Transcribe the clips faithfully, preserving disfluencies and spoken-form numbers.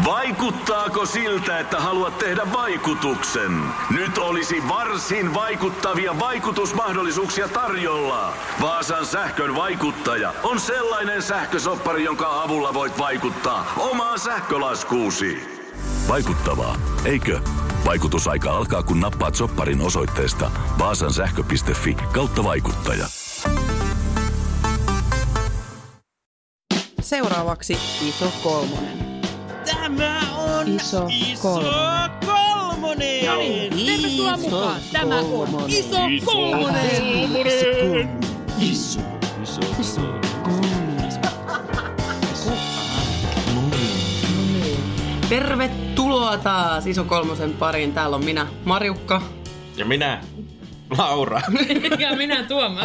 Vaikuttaako siltä, että haluat tehdä vaikutuksen? Nyt olisi varsin vaikuttavia vaikutusmahdollisuuksia tarjolla. Vaasan sähkön vaikuttaja on sellainen sähkösoppari, jonka avulla voit vaikuttaa omaan sähkölaskuusi. Vaikuttavaa, eikö? Vaikutusaika alkaa, kun nappaat sopparin osoitteesta vaasansähkö piste fi kautta vaikuttaja. Seuraavaksi Iso Kolmonen. Tämä on Iso, iso Kolmonen. Kolmonen. No niin, tervetuloa mukaan. Tämä on Iso Kolmonen. Iso, iso, iso. Tervetuloa taas Iso Kolmosen pariin. Täällä on minä, Marjukka. Ja minä, Laura. Ja minä, Tuomas.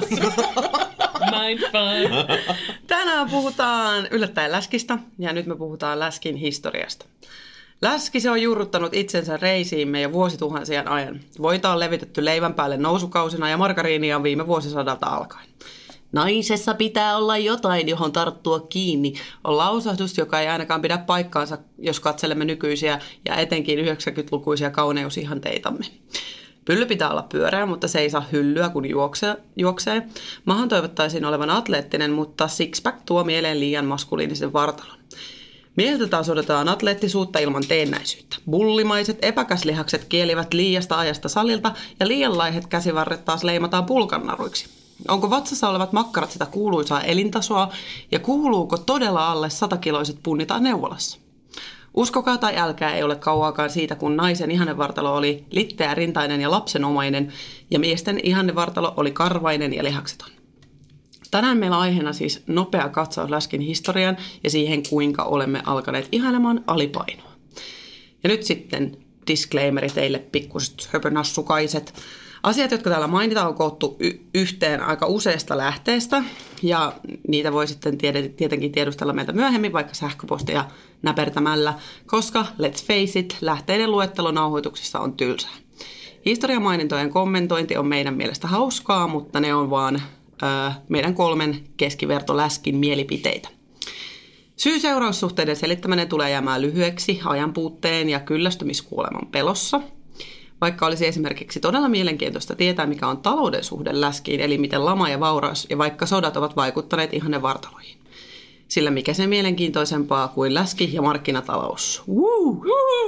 Mindful. Tänään puhutaan yllättäen läskistä ja nyt me puhutaan läskin historiasta. Läski se on juurruttanut itsensä reisiimme jo vuosituhansien ajan. Voita on levitetty leivän päälle nousukausina ja margariinia viime vuosisadalta alkaen. Naisessa pitää olla jotain, johon tarttua kiinni, on lausahdus, joka ei ainakaan pidä paikkaansa, jos katselemme nykyisiä ja etenkin yhdeksänkymmentälukuisia kauneusihanteitamme. Pylly pitää olla pyöreä, mutta se ei saa hyllyä, kun juoksee. juoksee. Mahan toivottaisiin olevan atleettinen, mutta sixpack tuo mieleen liian maskuliinisen vartalon. Mieheltä taas odotetaan atleettisuutta ilman teennäisyyttä. Bullimaiset epäkäslihakset kielivät liiasta ajasta salilta ja liian laihet käsivarret taas leimataan pulkannaruiksi. Onko vatsassa olevat makkarat sitä kuuluisaa elintasoa ja kuuluuko todella alle satakiloiset punnitaan neuvolassa? Uskokaa tai älkää, ei ole kauaakaan siitä, kun naisen ihannevartalo oli litteä, rintainen ja lapsenomainen ja miesten ihannevartalo oli karvainen ja lihakseton. Tänään meillä on aiheena siis nopea katsaus läskin historian ja siihen, kuinka olemme alkaneet ihailemaan alipainoa. Ja nyt sitten disclaimeri teille pikkuset höpönassukaiset. Asiat, jotka täällä mainitaan, on koottu y- yhteen aika useasta lähteestä ja niitä voi sitten tietenkin tiedustella meiltä myöhemmin, vaikka sähköpostia näpertämällä, koska let's face it, lähteiden luettelo nauhoituksissa on tylsää. Historiamainintojen kommentointi on meidän mielestä hauskaa, mutta ne on vaan ö, meidän kolmen keskivertoläskin mielipiteitä. Syy-seuraussuhteiden selittäminen tulee jäämään lyhyeksi ajanpuutteen ja kyllästymiskuoleman pelossa. Vaikka olisi esimerkiksi todella mielenkiintoista tietää, mikä on talouden suhde läskiin, eli miten lama ja vauraus ja vaikka sodat ovat vaikuttaneet ihannevartaloihin. Sillä mikä se mielenkiintoisempaa kuin läski ja markkinatalous. Woo!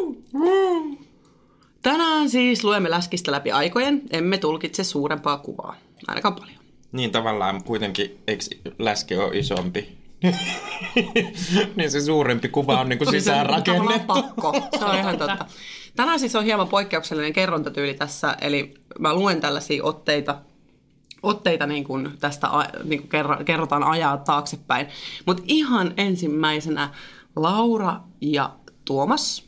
Woo! Tänään siis luemme läskistä läpi aikojen, emme tulkitse suurempaa kuvaa, ainakaan paljon. Niin tavallaan kuitenkin, eikö läski ole isompi? Niin se suurempi kuva on niin kuin sisään rakennettu. Pakko, se on ihan totta. Tänään siis on hieman poikkeuksellinen kerrontatyyli tässä, eli mä luen tällaisia otteita, otteita niin kuin tästä niin kuin kerrotaan ajaa taaksepäin. Mutta ihan ensimmäisenä Laura ja Tuomas.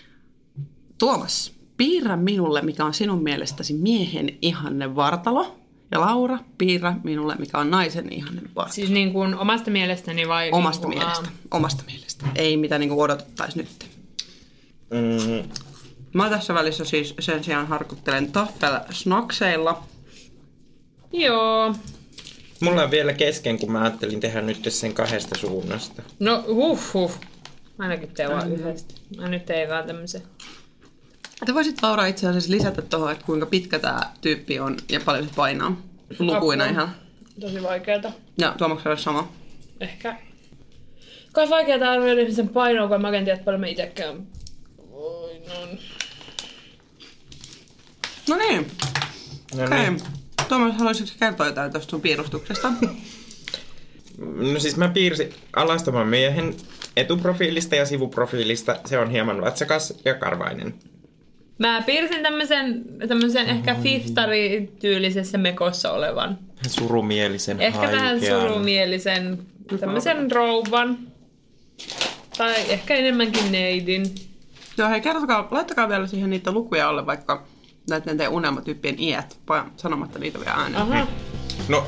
Tuomas, piirrä minulle, mikä on sinun mielestäsi miehen ihanne vartalo. Ja Laura, piirrä minulle, mikä on naisen ihanne vartalo. Siis niin kuin omasta mielestäni vai? Omasta niin kuin, mielestä, aa. omasta mielestä. Ei mitä niin kuin odotettaisiin nyt. Mm. Mä tässä välissä siis sen sijaan harkuttelen taffel-snakseilla. Joo. Mulla on vielä kesken, kun mä ajattelin tehdä nyt sen kahdesta suunnasta. No huh huh. Ainakin tee vaan yhdestä. Mä nyt tein vaan tämmöisen. Te voisit Laura itse asiassa lisätä tuohon, että kuinka pitkä tää tyyppi on ja paljon se painaa. Lukuina ihan. Tosi vaikeeta. Ja Tuomaksella sama. Ehkä. Kai vaikeeta arvioida ihmisen painoa, kun mä en tiedä, että paljon mä itekään. Voinon. No niin. No Okei. niin. Tuomas, haluaisitko kertoa jotain tuosta sun piirustuksesta? No siis mä piirsin alastoman miehen etuprofiilista ja sivuprofiilista. Se on hieman vatsakas ja karvainen. Mä piirsin tämmösen, tämmösen ehkä fiftari-tyylisessä mekossa olevan. Surumielisen, Ehkä vähän haikean. surumielisen, tämmösen rouvan. Tai ehkä enemmänkin neidin. Joo, hei, kertokaa, laittakaa vielä siihen niitä lukuja alle, vaikka näiden teidän unelmatyyppien iät, sanomatta niitä vielä ääneen. Aha. No,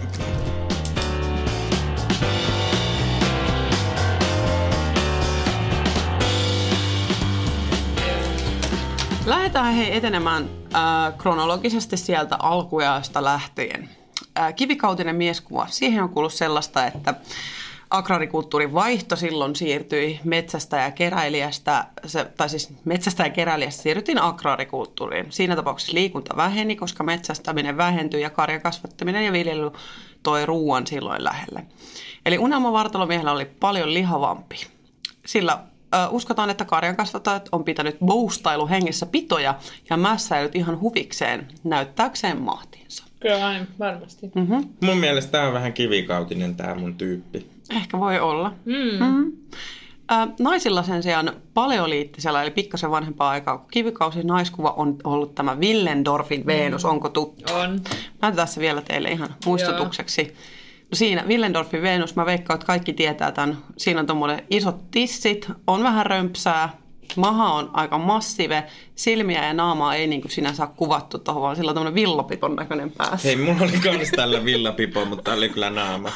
Lähdetään hei etenemään äh, kronologisesti sieltä alkuajasta lähtien. Äh, kivikautinen mieskuva. Siihen on kuullut sellaista, että agraarikulttuurin vaihto silloin siirtyi metsästä ja keräilijästä, se, tai siis metsästä ja keräilijästä siirryttiin agraarikulttuuriin. Siinä tapauksessa liikunta väheni, koska metsästäminen vähentyi ja karjan kasvattaminen ja viljely toi ruuan silloin lähelle. Eli unelmavartalomiehellä oli paljon lihavampi. Sillä ö, uskotaan, että karjankasvattajat on pitänyt boustailu hengessä pitoja ja mässäilyt ihan huvikseen näyttääkseen mahtinsa. Kyllä aina, varmasti. Mm-hmm. Mun mielestä tää on vähän kivikautinen tää mun tyyppi. Ehkä voi olla. Mm. Mm-hmm. Ö, naisilla sen sijaan paleoliittisella, eli pikkasen vanhempaa aikaa kuin kivikausi, naiskuva on ollut tämä Willendorfin Venus. Mm. Onko tuttu? On. Näytetään se vielä teille ihan muistutukseksi. Joo. No siinä Willendorfin Venus, mä veikkaan, että kaikki tietää tämän. Siinä on tommoinen isot tissit, on vähän römpsää, maha on aika massive, silmiä ja naamaa ei niin kuin sinänsä saa kuvattu tuohon, vaan sillä on tommoinen villapipon näköinen päässä. Hei, mulla oli kans tällä villapipo, mutta tää oli kyllä naama.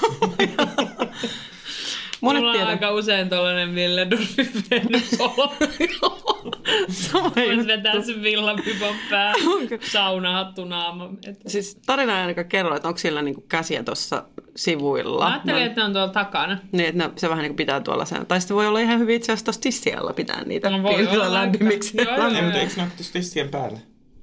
Monet mulla on tiedä. Aika usein tollainen Willendorfin Venus-olo. Voit vetää sen villapipon päähän, saunahattu naama. Siis tarina ei ainakaan kerro, että onko sillä niinku käsiä tuossa sivuilla. Mä ajattelin, no, että ne on tuolla takana. Niin, että ne, se vähän niin kuin pitaa tuolla sen. Tai sitten voi olla ihan hyvin itse asiassa tuossa tissialla pitää niitä. No voi olla lämpimiksi. Ei, mutta eikö ne ole tuossa tissien päällä?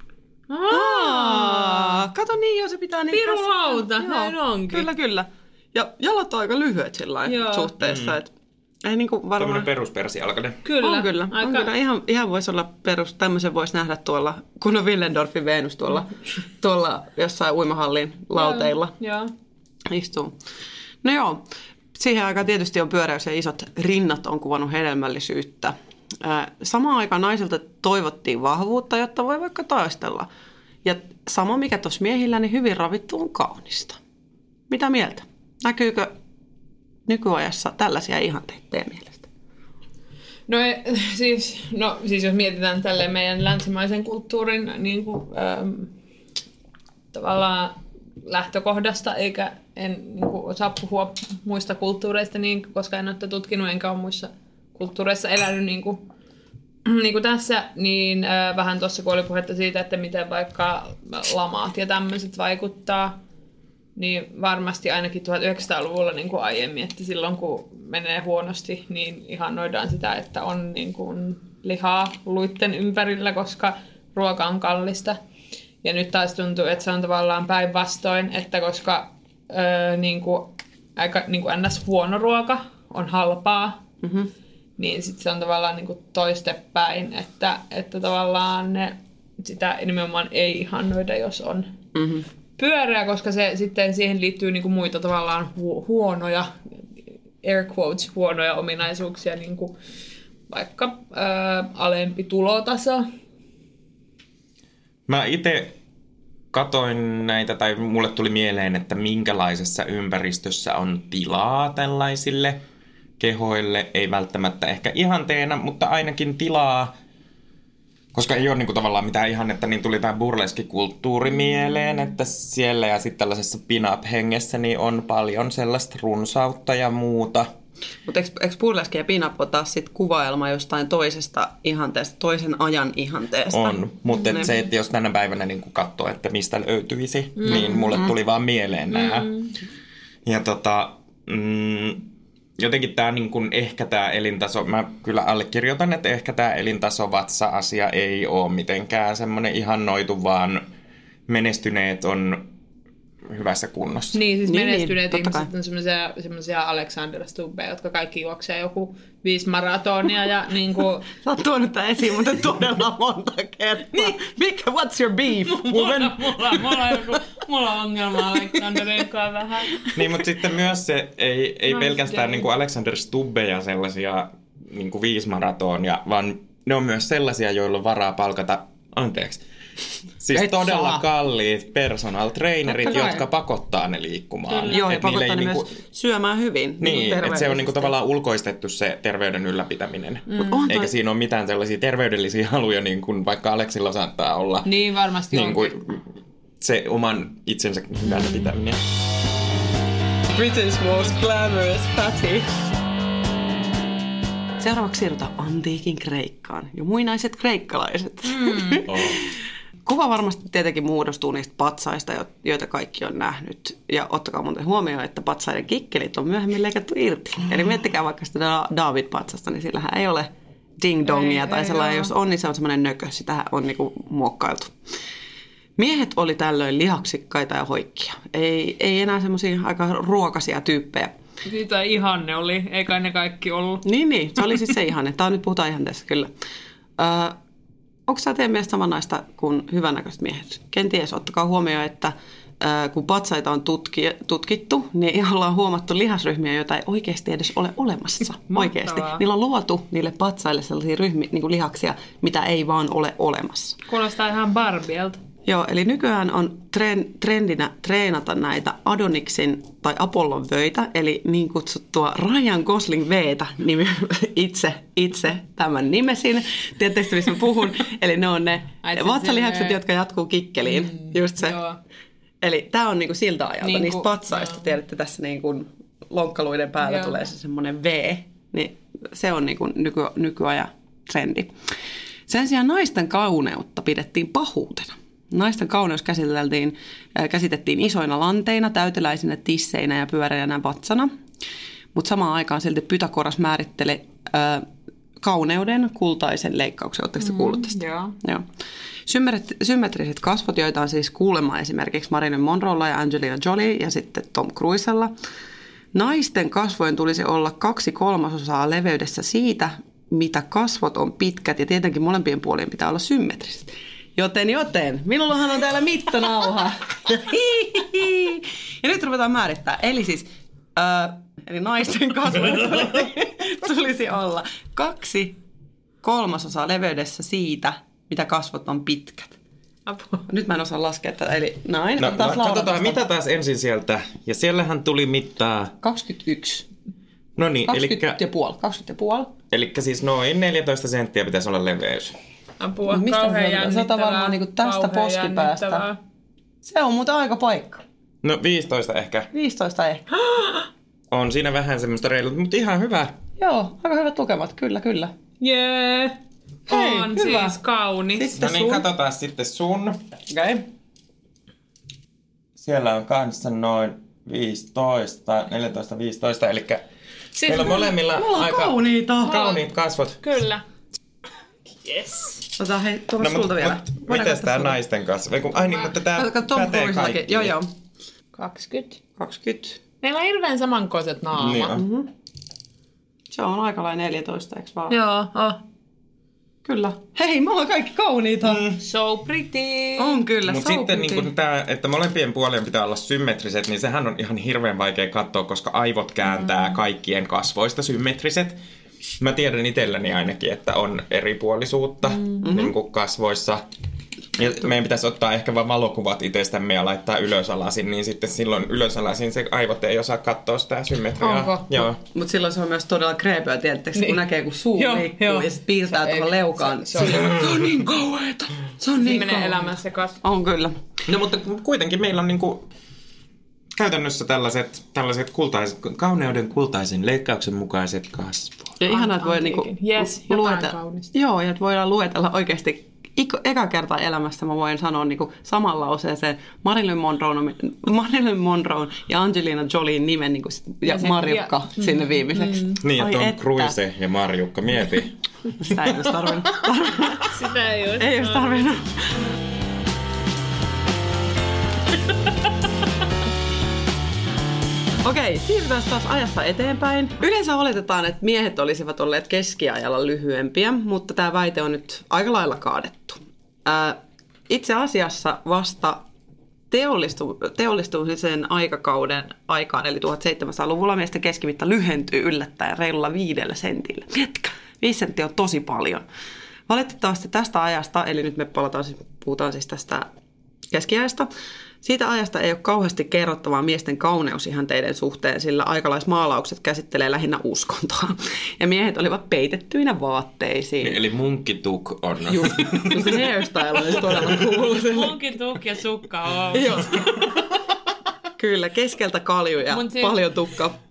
Aa, kato niin, jo se pitää niin käsiä. Pirulauta, näin onkin. Kyllä, kyllä. Ja jalat on aika lyhyet sillain suhteessa, mm. että ei niinku varmaan... Tuommoinen peruspersialkainen. Kyllä. On kyllä. Aika... On kyllä. Ihan, ihan voisi olla perus. Tämmöisen voisi nähdä tuolla, kun on Willendorfin Venus tuolla, tuolla jossain uimahallin lauteilla. Joo. Istuu. No joo, siihen aikaan tietysti on pyöräys ja isot rinnat on kuvannut hedelmällisyyttä. Samaan aikaan naisilta toivottiin vahvuutta, jotta voi vaikka taistella. Ja sama mikä tuossa miehillä, niin hyvin ravittu on kaunista. Mitä mieltä? Näkyykö nykyajassa tällaisia ihanteita teidän mielestä? No siis, no siis jos mietitään tälleen meidän länsimaisen kulttuurin niin kuin, ähm, tavallaan lähtökohdasta, eikä en niin kuin, osaa puhua muista kulttuureista, niin, koska en ole tutkinut enkä ole muissa kulttuureissa elänyt niin kuin, niin kuin tässä, niin äh, vähän tuossa kun oli puhetta siitä, että miten vaikka lamaat ja tämmöiset vaikuttaa, niin varmasti ainakin tuhatyhdeksänsataaluvulla niin kuin aiemmin, että silloin kun menee huonosti, niin ihannoidaan sitä, että on niin kuin lihaa luitten ympärillä, koska ruoka on kallista. Ja nyt taas tuntuu, että se on tavallaan päinvastoin, että koska öö, niin kuin, aika niin kuin ns. Huono ruoka on halpaa, mm-hmm. niin sitten se on tavallaan niin kuin toistepäin, että, että tavallaan ne, sitä nimenomaan ei ihannoida, jos on mm-hmm. pyöreä, koska se sitten siihen liittyy niin kuin muita tavallaan hu- huonoja, air quotes, huonoja ominaisuuksia, niin kuin vaikka ää, alempi tulotaso. Mä itse katoin näitä, tai mulle tuli mieleen, että minkälaisessa ympäristössä on tilaa tällaisille kehoille. Ei välttämättä ehkä ihanteena, mutta ainakin tilaa. Koska ei ole niin kuin tavallaan mitään ihannetta, niin tuli tämä burleskikulttuuri mieleen, että siellä ja sitten tällaisessa pin-up-hengessä niin on paljon sellaista runsautta ja muuta. Mutta eikö, eikö burleski ja pin-up ole taas sit kuvailma jostain toisesta ihanteesta, toisen ajan ihanteesta? On, mutta et se, että jos tänä päivänä niin katsoo, että mistä löytyisi, mm, niin mulle mm. tuli vaan mieleen nämä. Mm. Ja tota... Mm, jotenkin tämä niin kuin ehkä tämä elintaso, mä kyllä allekirjoitan, että ehkä tämä elintaso vatsa-asia ei ole mitenkään semmoinen ihannoitu, vaan menestyneet on hyvässä kunnossa. Niin, siis niin, menestyneet niin, ihmiset on semmoisia, semmoisia Alexander Stubbeja, jotka kaikki juoksee joku viisi maratonia ja niin kuin... Sä oot tuonut tämän esiin, mutta todella monta kertaa. Niin. Mikä, what's your beef? mulla, mulla, mulla, on joku, mulla on ongelma Alexanderin kanssa vähän. Niin, mutta sitten myös se ei, ei no, pelkästään niin kuin Alexander Stubbeja sellaisia niin kuin viisi maratonia, vaan ne on myös sellaisia, joilla on varaa palkata, anteeksi, siis Et todella saa. kalliit personal trainerit, jotka pakottaa ne liikkumaan. Kyllä. Joo, ja pakottaa ne niinku... myös syömään hyvin. Niin, että se on niinku tavallaan ulkoistettu se terveyden ylläpitäminen. Mm. toi... Eikä siinä ole mitään sellaisia terveydellisiä haluja, niin kuin vaikka Aleksilla saattaa olla. Niin, varmasti niin kuin se oman itsensä hyvänä pitäminen. Britain's most glamorous fatty. Seuraavaksi siirrytään antiikin Kreikkaan ja muinaiset kreikkalaiset. Mm. Oh. kuva varmasti tietenkin muodostuu niistä patsaista, joita kaikki on nähnyt. Ja ottakaa muuten huomioon, että patsaiden kikkelit on myöhemmin leikattu irti. Eli miettikää vaikka sitä David-patsasta, niin sillähän ei ole ding-dongia ei, tai ei sellainen. Ei, jos on, niin se on semmoinen nökö. Sitähän on niinku muokkailtu. Miehet oli tällöin lihaksikkaita ja hoikkia. Ei, ei enää semmoisia aika ruokaisia tyyppejä. Siitä ihanne oli, eikä ne kaikki ollut. Niin, niin. Se oli siis se ihanne. Tämä nyt puhutaan ihanteessa, kyllä. Öö, onko sä teidän mielestä samanlaista kuin hyvännäköiset miehet? Kenties ottakaa huomioon, että öö, kun patsaita on tutki, tutkittu, niin ollaan huomattu lihasryhmiä, joita ei oikeasti edes ole olemassa. Oikeasti. Niillä on luotu niille patsaille sellaisia ryhmiä, niin kuin lihaksia, mitä ei vaan ole olemassa. Kuulostaa ihan Barbielta. Joo, eli nykyään on trendinä treenata näitä Adoniksin tai Apollon vöitä, eli niin kutsuttua Ryan Gosling V:tä, nimi, itse, itse tämän nimesin. Tiedättekö, mistä mä puhun? Eli ne on ne vatsalihakset, jotka jatkuu kikkeliin. Mm, just se. Joo. Eli tämä on niinku siltä ajalta, niin niistä patsaista. Joo. Tiedätte, tässä niinku lonkkaluiden päällä joo. tulee se semmoinen V, niin se on niinku nyky, nykyajan trendi. Sen sijaan naisten kauneutta pidettiin pahuutena. Naisten kauneus käsiteltiin, äh, käsitettiin isoina lanteina, täyteläisinä tisseinä ja pyöreänä vatsana. Mutta samaan aikaan silti Pythagoras määritteli äh, kauneuden kultaisen leikkauksen. Oletteko te mm, kuullut tästä? Joo. Joo. Symmetri- symmetriset kasvot, joita on siis kuulemma esimerkiksi Marilyn Monroella ja Angelina Jolie ja sitten Tom Cruisella. Naisten kasvojen tulisi olla kaksi kolmasosaa leveydessä siitä, mitä kasvot on pitkät ja tietenkin molempien puolien pitää olla symmetriset. Joten, joten, minullahan on täällä mittanauha. Ja nyt ruvetaan määrittää. Eli siis, äh, eli naisten kasvojen tulisi, tulisi olla kaksi kolmasosaa leveydessä siitä, mitä kasvot on pitkät. Apua. Nyt mä en osaa laskea tätä, eli näin. No, no katsotaan, mitä taas ensin sieltä. Ja siellähän tuli mittaa... kaksikymmentäyksi. No niin, kaksikymmentä elikkä... ja puoli. kaksikymmentä ja puoli. Elikkä siis noin neljätoista senttiä pitäisi olla leveys. Apua, no, kauhean jännittävää. Se on varmaan niin tästä poskipäästä. Se on muuten aika paikka. No viisitoista ehkä. viisitoista ehkä. On siinä vähän semmoista reilut, mutta ihan hyvä. Joo, aika hyvät lukemat, kyllä, kyllä. Jee, yeah. On hyvä. Siis kaunis. Sitten no niin, sun. Katsotaan sitten sun. Okei. Okay. Siellä on kanssa noin viisitoista, neljätoista, viisitoista, eli siis meillä on molemmilla mulla on aika kauniita. kauniit kasvot. Kyllä. Yes. Otetaan hei, tuolla no, sulta mut, vielä. Mut, mites tää naisten kasvo? Ai niin, mutta tää pätee kaikki. Joo, joo. kaksikymmentä. kaksikymmentä. Meillä on hirveän samankoiset naamat. Niin on. Mm-hmm. Se on aika lailla neljätoista, eikö vaan? Joo, oh. Kyllä. Hei, me ollaan kaikki kauniita. Mm. So pretty. On kyllä, Mut so sitten pretty. niin tää, että molempien puolien pitää olla symmetriset, niin sehän on ihan hirveän vaikea katsoa, koska aivot kääntää mm. kaikkien kasvoista symmetriset. Mä tiedän itselläni ainakin, että on eripuolisuutta mm-hmm. niin kuin kasvoissa. Ja meidän pitäisi ottaa ehkä vaan valokuvat itsestämme ja laittaa ylösalasin, niin sitten silloin ylösalasin se aivot ei osaa katsoa sitä symmetriaa. Onko? Joo. Mutta mut silloin se on myös todella kreepöä, tiedättekö, niin. kun näkee, kun suu joo, liikkuu joo. ja sitten piirtää tuohon leukaan. Se, se, se, on, se on niin kauheeta. Se on niin menee elämässä se kasvu. On kyllä. No mutta kuitenkin meillä on niinku käytännössä tällaiset, tällaiset kultaiset, kauneuden kultaisen leikkauksen mukaiset kasvot. Ja ihanaa, että voi niinku yes, luetella. Joo, ja että voidaan luetella oikeasti. Eka kertaa elämässä mä voin sanoa niinku saman lauseeseen Marilyn Monroe, Marilyn Monroe ja Angelina Jolien nimen niinku, ja, ja Marjukka ja, sinne mm, viimeiseksi. Mm. Niin, ja Tom Cruise ja Marjukka, mieti. Sitä ei olisi tarvinnut. Sitä ei olisi. Ei olisi tarvinnut. Okei, siirrytään taas ajassa eteenpäin. Yleensä oletetaan, että miehet olisivat olleet keskiajalla lyhyempiä, mutta tämä väite on nyt aika lailla kaadettu. Ää, itse asiassa vasta teollistu, teollistumisen aikakauden aikaan, eli tuhatseitsemänsataaluvulla miesten keskimitta lyhentyy yllättäen reilulla viidellä sentillä. Miettikää, viisi senttiä on tosi paljon. Valitettavasti tästä ajasta, eli nyt me palataan, puhutaan siis tästä keskiajasta, siitä ajasta ei ole kauheasti kerrottavaa miesten kauneusihanteiden suhteen, sillä aikalaismaalaukset käsittelee lähinnä uskontoa. Ja miehet olivat peitettyinä vaatteisiin. Eli munkkituk on. Just, se hairstyle on todella cool. Munkkituk ja sukka on. Joo. Kyllä, keskeltä kalju ja siis, paljon tukka.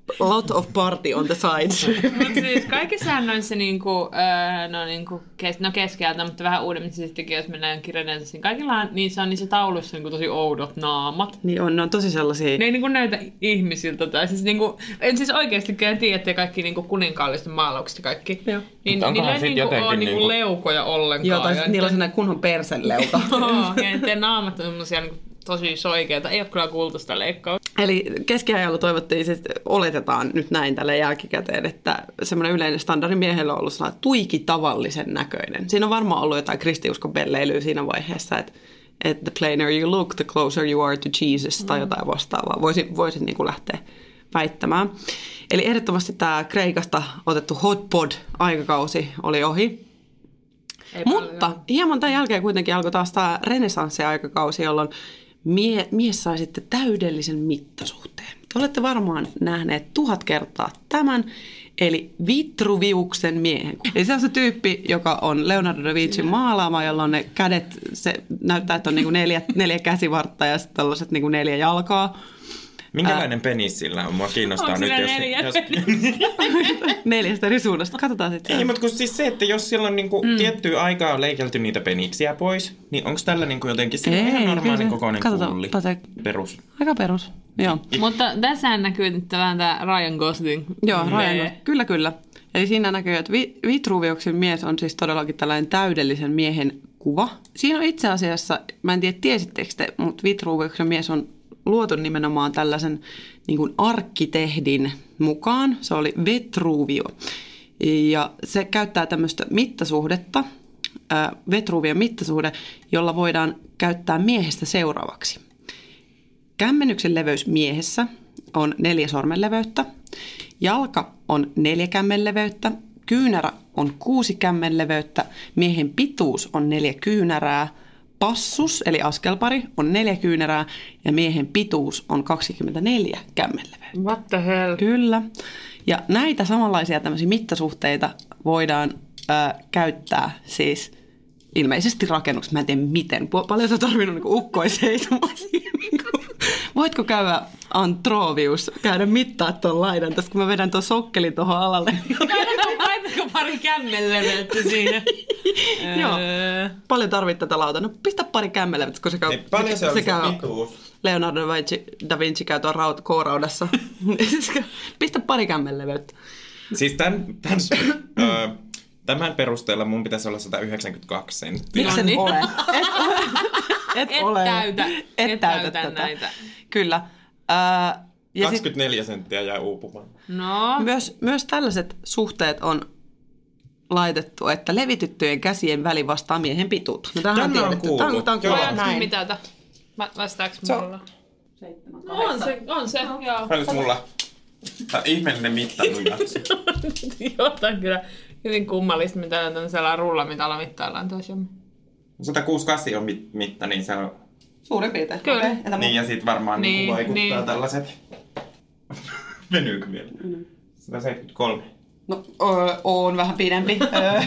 lot of party on the sides. Mutta siis kaikissahan noissa niinku, öö, no, niinku kes, no keskeltä, mutta vähän uudemmin sittenkin, jos mennään kirjaneelta, niin kaikilla on, niissä on niissä tauluissa niinku tosi oudot naamat. Niin on, ne on tosi sellaisia. Ne ei niinku näytä ihmisiltä. Tai siis niinku, en siis oikeastikään tiedä, että kaikki niinku kuninkaallisten maalaukset ja kaikki. Joo. Niin Mutta niillä onkohan ei sit niinku jotenkin ole niinku niinku- leukoja ollenkaan. Joo, tai ja sit niillä on niiden- sellainen kunnon persenleuka. Joo, ja niiden naamat on semmosia niinku tosi soikeita. Ei ole kyllä kuultu sitä leikkaa. Eli keskiajalla toivottiin, että oletetaan nyt näin tälle jälkikäteen, että semmoinen yleinen standardi miehellä on ollut sellainen tuiki tavallisen näköinen. Siinä on varmaan ollut jotain kristiuskon pelleilyä siinä vaiheessa, että, että the plainer you look, the closer you are to Jesus tai jotain vastaavaa. Voisin, voisin niin kuin lähteä väittämään. Eli ehdottomasti tämä Kreikasta otettu hot pod-aikakausi oli ohi. Ei Mutta paljon. hieman tämän jälkeen kuitenkin alkoi taas tämä renessanssiaikakausi, jolloin mie, mies sai sitten täydellisen mittasuhteen. Te olette varmaan nähneet tuhat kertaa tämän, eli Vitruviuksen miehen. Eli se on se tyyppi, joka on Leonardo da Vincin maalaama, jolla on ne kädet, se näyttää, että on niinku neljä, neljä käsivartta ja sitten tällaiset niinku neljä jalkaa. Minkälainen penis sillä on? Mua kiinnostaa Onko nyt, sillä jos... neljä jos... Neljästä eri suunnasta. Katsotaan sitten. Ei, mutta kun siis se, että jos siellä on niinku mm. tiettyä aikaa on leikelty niitä peniksiä pois, niin onko tällä niinku jotenkin se Ei, ihan kyllä normaalin se- kokoinen katsotaan, kulli? Pate- Perus. Aika perus, joo. Mutta tässä näkyy nyt vähän tämä Ryan Gosling. Joo, Me- Ryan, kyllä, kyllä. Eli siinä näkyy, että Vi- Vitruviuksen mies on siis todellakin tällainen täydellisen miehen kuva. Siinä on itse asiassa, mä en tiedä tiesittekö te, mutta Vitruviuksen mies on luotu nimenomaan tällaisen niin kuin arkkitehdin mukaan. Se oli Vetruvio. Ja se käyttää tämmöistä mittasuhdetta, äh, Vetruvion mittasuhde, jolla voidaan käyttää miehestä seuraavaksi. Kämmenyksen leveys miehessä on neljä sormenleveyttä, jalka on neljä kämmenleveyttä, kyynärä on kuusi kämmenleveyttä, miehen pituus on neljä kyynärää, passus eli askelpari on neljä kyynärää ja miehen pituus on kaksikymmentäneljä kämmenleveyttä. What the hell? Kyllä. Ja näitä samanlaisia tämmöisiä mittasuhteita voidaan ö, käyttää siis ilmeisesti rakennuksessa. Mä en tiedä miten. Paljon sä tarvinnut niin ukkoiseisomaan siihen. Niin voitko käydä Antrovius, käydä mittaa tuon laidan tästä, kun mä vedän tuon sokkelin tuohon alalle. Laitatko pari kämmenleveyttä siinä? Joo. Paljon tarvit tätä lautaa. No pistä pari kämmenlevyttä, kun se käy, Niin, paljon se oli se käy pituus? Leonardo da Vinci, da Vinci käy tuon raut, K-raudassa. Pistä pari kämmenleveyttä. Siis tämän, tämän, ö, tämän perusteella mun pitäisi olla sata yhdeksänkymmentäkaksi senttiä. Miksi et niin. ole? Et, et, Et ole. täytä. Et, Et täytä täytä tätä. näitä. Kyllä. Äh, ja sit kaksikymmentäneljä senttiä jää uupumaan. No. myös, myös tällaiset suhteet on laitettu, että levityttyjen käsien väli vastaa miehen pituutta. No, tämähän Tämä on tiedetty. kuullut. Tämä on, tämä on Joo. kuullut. Voidaanko me Näin. mitata? Va- Vastaaks Se on- mulla? No on se, on se, joo. Paljon mulla? Tämä on ihmeellinen mittailujakso. Jotain kyllä hyvin kummallista, mitä on tämmöisellä rullamitalla mittaillaan toisiamme. sata kuusikymmentäkahdeksan on mit- mitta, niin se on... Suurin piirtein. Kyllä. Okei, entä Niin, mun? ja sit varmaan niin, Niin, niin vaikuttaa niin. tällaiset... Venyykö vielä? sata seitsemänkymmentäkolme. No, öö, on vähän pidempi. Öö.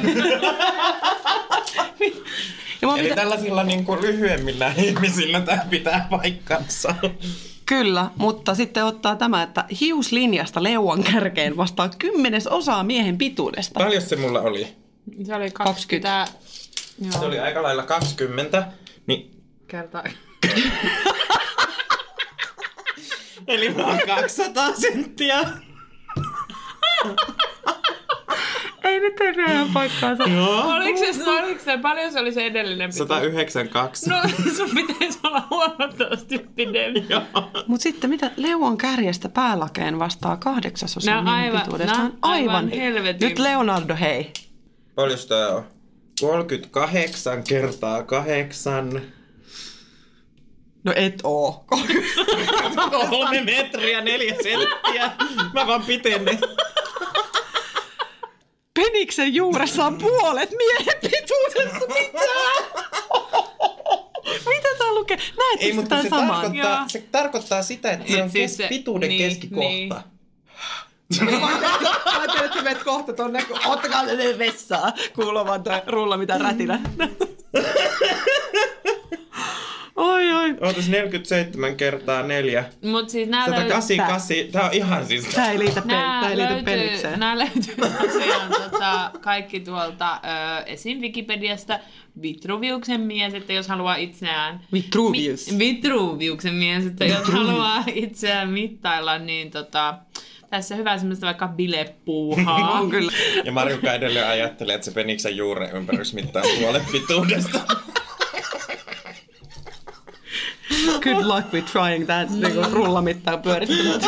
Ja mä Eli pitä... tällaisilla niin kuin lyhyemmillä ihmisillä tämä pitää paikkansa. Kyllä, mutta sitten ottaa tämä, että hiuslinjasta leuan kärkeen vastaa kymmenes osaa miehen pituudesta. Paljon se mulla oli? Se oli kaksikymmentä. Se oli aika lailla kaksikymmentä. Niin, Kertaa. eli mä oon kaksisataa senttiä. Ei nyt ei enää paikkaansa. Oliko se, no, oliko se, paljon se oli se edellinen pituus? sata yhdeksänkymmentäkaksi. No sun pitäisi olla huomattavasti pidempi. Mutta sitten mitä leuan kärjestä päälakeen vastaa kahdeksasosa Nää on miehen aivan- pituudesta? nää On on aivan helvetin- Nyt Leonardo, hei. Paljon tää on? kolmekymmentäkahdeksan kertaa kahdeksan. No et oo. Kolme metriä, neljä senttiä. Mä vaan pitenen. Peniksen juuressa on puolet miehen pituudessa. Mitä? Mitä tää lukee? Näetkö Ei, mutta tämän se saman? tarkoittaa, Joo. se tarkoittaa sitä, että se on Siis kes- se- pituuden niin, keskikohta. niin. Mä ajattelin, että sä menet kohta tonne, kun ottakaa ne vessaa. Kuuluu vaan toi rulla mitä rätinä. Oi, oi. Ootas neljäkymmentäseitsemän kertaa neljä. Mut siis nää sata kahdeksankymmentäkahdeksan. Tää on ihan siis... Tää ei liitä, Nää tää ei liity löytyy, pelikseen. nää löytyy tosiaan tota, kaikki tuolta ö, esim. Wikipediasta. Vitruviuksen mies, että jos haluaa itseään... Vitruvius. Mi- Vitruviuksen mies, että jos haluaa itseään mittailla, niin tota... Tässä hyvä semmoista vaikka bilepuuhaa. On kyllä. Ja Marjukka edelleen ajattelee, että se peniksen juureen ympärys mittaa puolet pituudesta. Good luck with trying that. Niinku rullamittaa pyörittämään.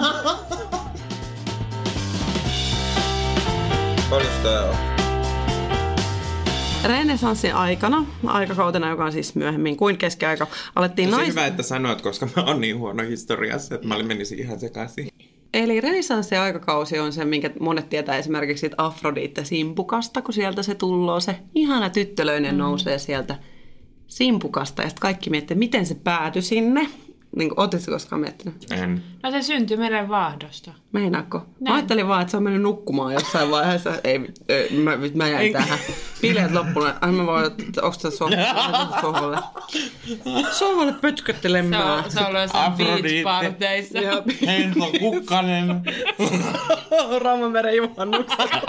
Paljon tää on? Renesanssin aikana, aikakautena, joka on siis myöhemmin kuin keskiaika, alettiin Se nais... hyvä, että sanoit, koska mä oon niin huono historiassa, että mä menisin ihan sekaisin. Eli renesanssin aikakausi on se, minkä monet tietää esimerkiksi siitä Afrodite-simpukasta, kun sieltä se tulloo, se ihana tyttölöinen mm. nousee sieltä simpukasta. Ja sitten kaikki miettii, miten se päätyi sinne. Niin ootitko koskaan miettinyt? En. No se syntyi meren vaahdosta. Meinaatko? Mä Näin. ajattelin vaan, että se on mennyt nukkumaan jossain vaiheessa. Ei, ei mä, mä jäin tähän. Bileet loppunut. Ai mä voin, onko tässä sohvalle? Sohvalle Se pötköttelemään. on, se on jossain beach-parteissa. Henko Kukkanen. Raumanmeren juhannuksella.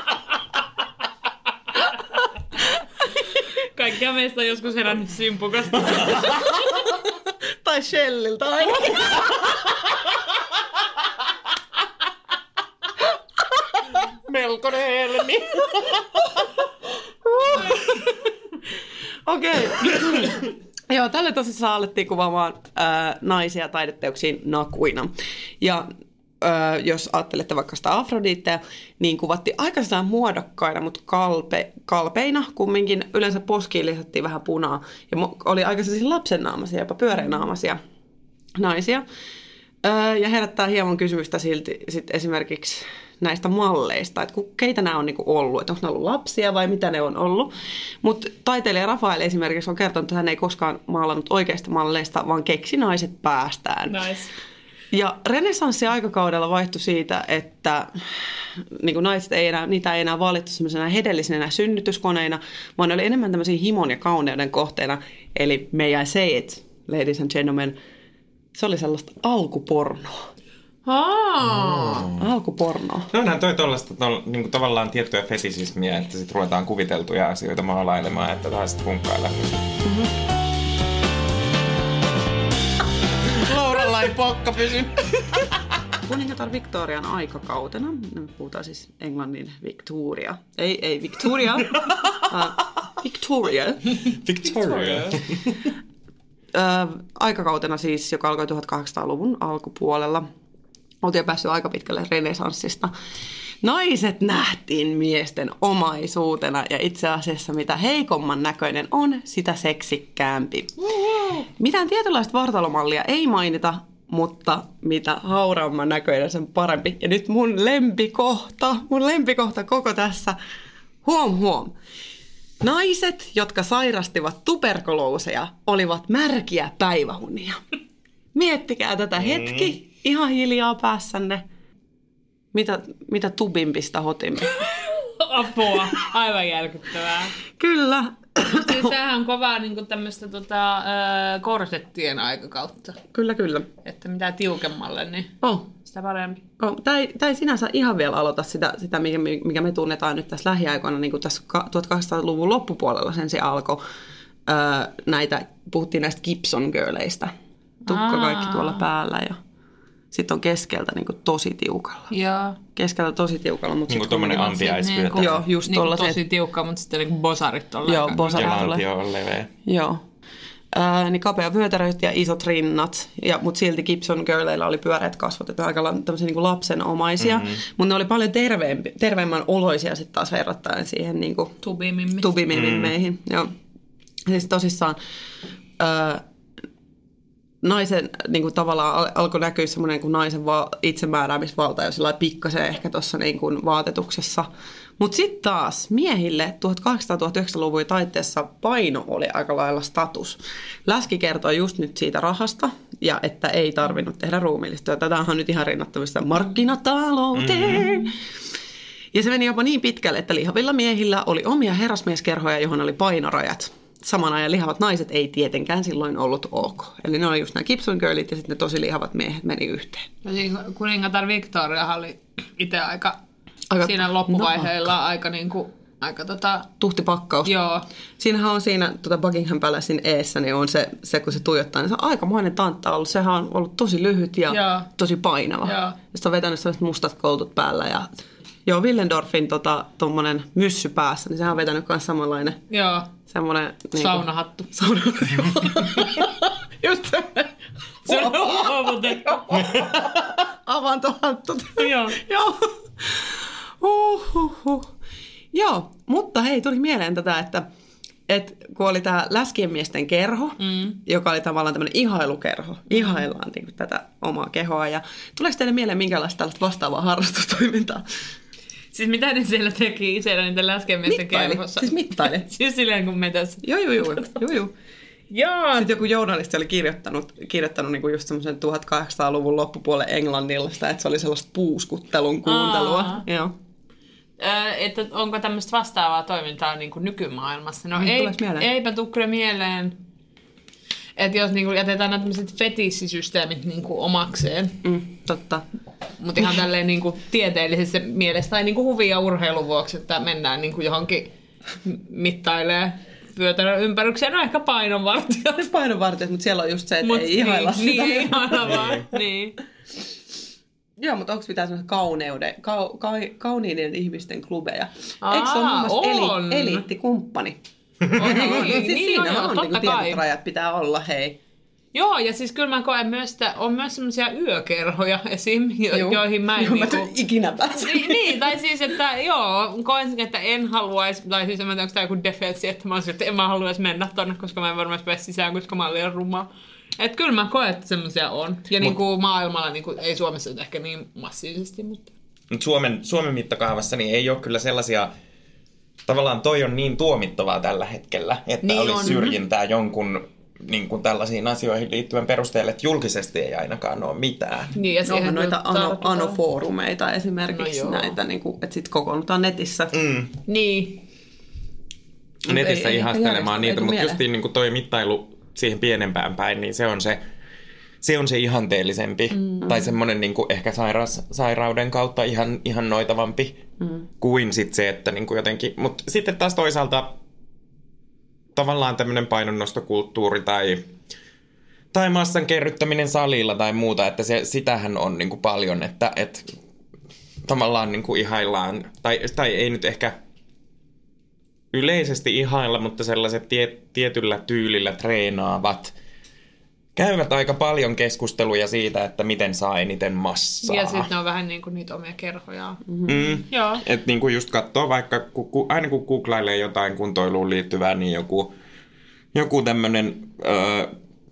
Kaikkia meistä on joskus herännyt simpukasta. Tai Shelliltä aina. Melkoinen helmi. Okei. Joo, tälle tosissaan alettiin kuvaamaan ää, naisia taideteoksiin nakuina. Ja ää, jos ajattelette vaikka sitä Afroditea, niin kuvattiin aikaistaan muodokkaina, mutta kalpe, kalpeina kumminkin. Yleensä poskiin lisättiin vähän punaa. Ja mo- oli aikaistaan lapsennaamaisia, jopa pyöreänaamaisia naisia. Ää, ja herättää hieman kysymystä silti sit esimerkiksi näistä malleista, että keitä nämä on niinku ollut, että onko ne ollut lapsia vai mitä ne on ollut. Mutta taiteilija Rafael esimerkiksi on kertonut, että hän ei koskaan maalannut oikeista malleista, vaan keksi naiset päästään. Nice. Ja renessanssin aikakaudella vaihtui siitä, että niin kuin naiset ei enää, niitä ei enää valittu semmoisena hedellisenä synnytyskoneina, vaan ne oli enemmän tämmöisiä himon ja kauneuden kohteena. Eli may I say it, ladies and gentlemen, se oli sellaista alkupornoa. Oh. Alkupornoa. No onhan toi tollaista tol, niinku tavallaan tiettyä fetisismiä, että sit ruvetaan kuviteltuja asioita maalailemaan, että taas sit punkkailla. Mm-hmm. Lauralla ei pokka pysy. Kuningatar Victorian aikakautena, nyt puhutaan siis englannin Victoria, ei, ei Victoria, uh, Victoria. Victoria. Ö, aikakautena siis, joka alkoi tuhatkahdeksansataaluvun alkupuolella. Oltiin jo päässyt aika pitkälle renesanssista. Naiset nähtiin miesten omaisuutena ja itse asiassa mitä heikomman näköinen on, sitä seksikkäämpi. Mitään tietynlaista vartalomallia ei mainita, mutta mitä hauraamman näköinen, sen parempi. Ja nyt mun lempikohta, mun lempikohta koko tässä. Huom huom. Naiset, jotka sairastivat tuberkulooseja, olivat märkiä päiväunia. Miettikää tätä hetki, ihan hiljaa päässänne. Mitä, mitä tubimpista hotimme? Apua, aivan järkyttävää. Kyllä. Siis tämähän on kovaa niin tämmöistä tota, äh, korsettien aikakautta. Kyllä, kyllä. Että mitä tiukemmalle, niin Oh. sitä parempi. Oh. Tämä, ei, tämä ei sinänsä ihan vielä aloita sitä, sitä mikä, mikä me tunnetaan nyt tässä lähiaikoina, niin kuin tässä tuhatkahdeksansataaluvun loppupuolella sen se alkoi. Öö, näitä, puhuttiin näistä Gibson-girleistä. Tukka Aa. kaikki tuolla päällä ja sitten on keskeltä niin kuin tosi tiukalla. Joo. Keskeltä tosi tiukalla, mutta Niinku sitten tommonen kumminkin- antiaisvyötä. Niin, Joo, just niin tollaset. tosi tiukka, mutta sitten niin bosarit tuolla. Joo, bosarit. Ja tulee. lantio on leveä. Joo. Ää, niin kapea vyötäröt ja isot rinnat, ja, mutta silti Gibson girleillä oli pyöreät kasvot, että aika tämmöisiä niin kuin lapsenomaisia, mm-hmm. mutta ne oli paljon terveempi, terveemmän oloisia sitten taas verrattaen siihen niin kuin Tubimimmi. tubimimmeihin. Mm. Joo. Siis tosissaan ää, naisen niin kuin tavallaan al- alkoi näkyä semmoinen kuin naisen va- itsemääräämisvalta jo sillä pikkasen ehkä tuossa niin kuin vaatetuksessa. Mutta sitten taas miehille tuhatkahdeksansataa-tuhatyhdeksänsataaluvun taitteessa paino oli aika lailla status. Läski kertoi just nyt siitä rahasta ja että ei tarvinnut tehdä ruumiillista. Tätä on nyt ihan rinnattamista markkinatalouteen. Mm-hmm. Ja se meni jopa niin pitkälle, että lihavilla miehillä oli omia herrasmieskerhoja, johon oli painorajat. saman ajan lihavat naiset ei tietenkään silloin ollut ok. Eli ne oli just nämä Gibson girlit ja sitten ne tosi lihavat miehet meni yhteen. No siinä kuningatar Victoria oli itse aika, Aika siinä loppuvaiheilla no, aika niinku, aika tota... Tuhtipakkaus. Joo. Siinähän on siinä tota Buckingham Palacein eessä, niin on se, se, kun se tuijottaa, niin se on aikamoinen tantta ollut. Sehän on ollut tosi lyhyt ja joo. tosi painava. Joo. Ja sitten on vetänyt sellaiset mustat koutut päällä ja... Joo, Willendorfin tota, tommonen myssy päässä, niin sehän on vetänyt myös samanlainen. Joo. Semmoinen... Niin saunahattu. Saunahattu. Just semmoinen. Se on luovutettu. Avantohattu. Joo. Joo. Uhuhu. Joo, mutta hei, tuli mieleen tätä, että et, kun oli tämä läskien miesten kerho, mm. joka oli tavallaan tämmöinen ihailukerho, ihaillaan niin kuin, tätä omaa kehoa. Ja tuleeko teille mieleen minkälaista tällaista vastaavaa harrastustoimintaa? Siis mitä ne siellä teki siellä niiden läskien miesten mittaili. kerhossa? Siis mittaili. Siis silleen kun me tässä. Joo, joo, joo. joo, joo. Joo. Sitten joku journalisti oli kirjoittanut, kirjoittanut niin kuin just semmoisen tuhatkahdeksansataaluvun loppupuolen englannilla, että se oli sellaista puuskuttelun kuuntelua. Aa. Joo. Ö, että onko tämmöistä vastaavaa toimintaa niin kuin nykymaailmassa? No Mm, ei, tuleeko mieleen? eipä tule kyllä mieleen. Että jos niin kuin jätetään nämä tämmöiset fetissisysteemit niin kuin omakseen. Mm, totta. Mutta ihan tälleen niin kuin tieteellisessä mielessä tai niin kuin huvin ja urheilun vuoksi, että mennään niin kuin johonkin mittailee vyötärön ympärykseen. No ehkä painonvartijat. Painonvartijat, mutta siellä on just se, että Mut ei ihailla niin, sitä. Niin, ei ihailla vaan. niin. Joo, mutta onko mitään semmoisia kauneuden, kau, ka, kauniiden ihmisten klubeja? Aa, Eikö se ole muun muassa on. eli, eliittikumppani? On, on, siis niin, siinä joo, on totta niin kai. tietyt rajat pitää olla, hei. Joo, ja siis kyllä mä koen myös, että on myös semmoisia yökerhoja esim, jo, Joo. joihin mä en joo, niinku... mä ikinä pääse. Niin, niin, tai siis, että joo, koen, että en haluaisi, tai siis en mä tiedä, onko tämä joku defenssi, että mä olisin, että en mä haluaisi mennä tonne, koska mä en varmasti pääse sisään, koska mä olen liian ruma. Että kyllä mä koen, että semmoisia on. Ja Mut, niin kuin maailmalla, niin kuin, ei Suomessa ehkä niin massiivisesti, mutta... Mutta Suomen, Suomen mittakaavassa niin ei ole kyllä sellaisia... Tavallaan toi on niin tuomittavaa tällä hetkellä, että niin olisi on. syrjintää jonkun niin kuin tällaisiin asioihin liittyen perusteelle, että julkisesti ei ainakaan ole mitään. Niin, ja No onhan noita ano, anofoorumeita esimerkiksi, no näitä, niin kuin, että sitten kokoonnutaan netissä. Mm. Niin. Netissä ei, ei, ihastelemaan ei, niitä, mutta justiin niin kuin toi mittailu siihen pienempään päin, niin se on se, se, on se ihanteellisempi. Mm. Tai semmoinen niin kuin ehkä sairas, sairauden kautta ihan, ihan noitavampi mm. kuin sit se, että niin kuin jotenkin... Mutta sitten taas toisaalta tavallaan tämmöinen painonnostokulttuuri tai, tai massan kerryttäminen salilla tai muuta, että se, sitähän on niin kuin paljon, että et, tavallaan niin kuin ihaillaan, tai, tai ei nyt ehkä yleisesti ihailla, mutta sellaiset tie, tietyllä tyylillä treenaavat käyvät aika paljon keskusteluja siitä, että miten saa eniten massaa. Ja sitten ne on vähän niin kuin niitä omia kerhoja. Mm. Joo. Että niin kuin just katsoo vaikka, ku, ku, aina kun googlailee jotain kuntoiluun liittyvää, niin joku, joku tämmöinen öö,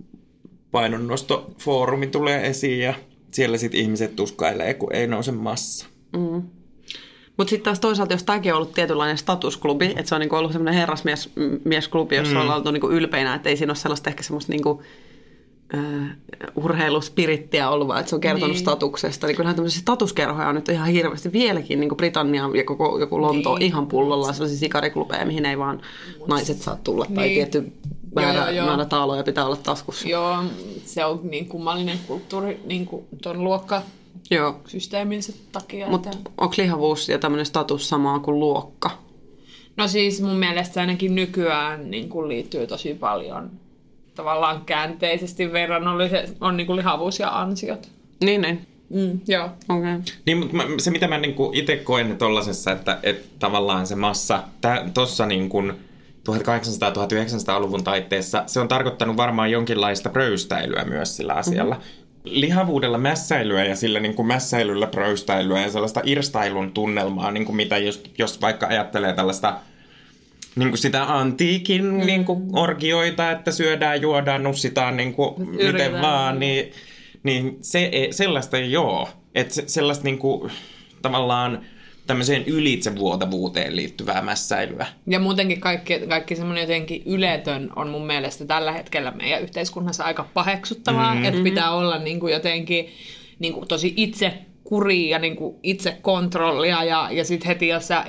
painonnostofoorumi tulee esiin ja siellä sitten ihmiset tuskailee, kun ei nouse massa. Mm. Mutta sitten taas toisaalta, jos tämäkin on ollut tietynlainen statusklubi, että se on niinku ollut semmoinen herrasmiesklubi, jossa mm. ollaan oltu niinku ylpeinä, että ei siinä ole sellaista ehkä semmoista niinku, uh, urheiluspirittiä ollut, vaan että se on kertonut niin. statuksesta. Niin kyllähän tämmöisiä statuskerhoja on nyt ihan hirveästi vieläkin, niin kuin Britannia ja koko, joku Lontoa niin. ihan pullolla, sellaisia sikariklubeja, mihin ei vaan naiset saa tulla, tai niin. tietty määrä, joo, määrä taaloja pitää olla taskussa. Joo, se on niin kummallinen kulttuuri niin kuin tuon luokka. Joo. Systeeminsä takia. Mutta että... onko lihavuus ja tämmöinen status samaa kuin luokka? No siis mun mielestä ainakin nykyään niin kuin liittyy tosi paljon tavallaan käänteisesti verrannollisesti on niin kuin lihavuus ja ansiot. Niin, niin. Mm, joo. Okay. Niin, mutta se mitä mä niinku itse koen tollasessa, että, että tavallaan se massa, tuossa niinku tuhatkahdeksansataa-tuhatyhdeksänsataaluvun taitteessa, se on tarkoittanut varmaan jonkinlaista pröystäilyä myös sillä asialla. Mm-hmm. Lihavuudella mässäilyä ja sillä niin kuin mässäilyllä pröystäilyä ja sellaista irstailun tunnelmaa, niin kuin mitä just, jos vaikka ajattelee tällaista niin kuin sitä antiikin mm. niin kuin orgioita, että syödään, juodaan, nussitaan niin kuin miten vaan, niin, niin se, sellaista ei ole. Että se, sellaista niin kuin, tavallaan tämmöiseen ylitsevuotavuuteen liittyvää mässäilyä. Ja muutenkin kaikki, kaikki semmoinen jotenkin yletön on mun mielestä tällä hetkellä meidän yhteiskunnassa aika paheksuttavaa, mm-hmm. että pitää olla niin kuin jotenkin niin kuin tosi itsekuria ja niin kuin itsekontrollia ja, ja sitten heti jos sä et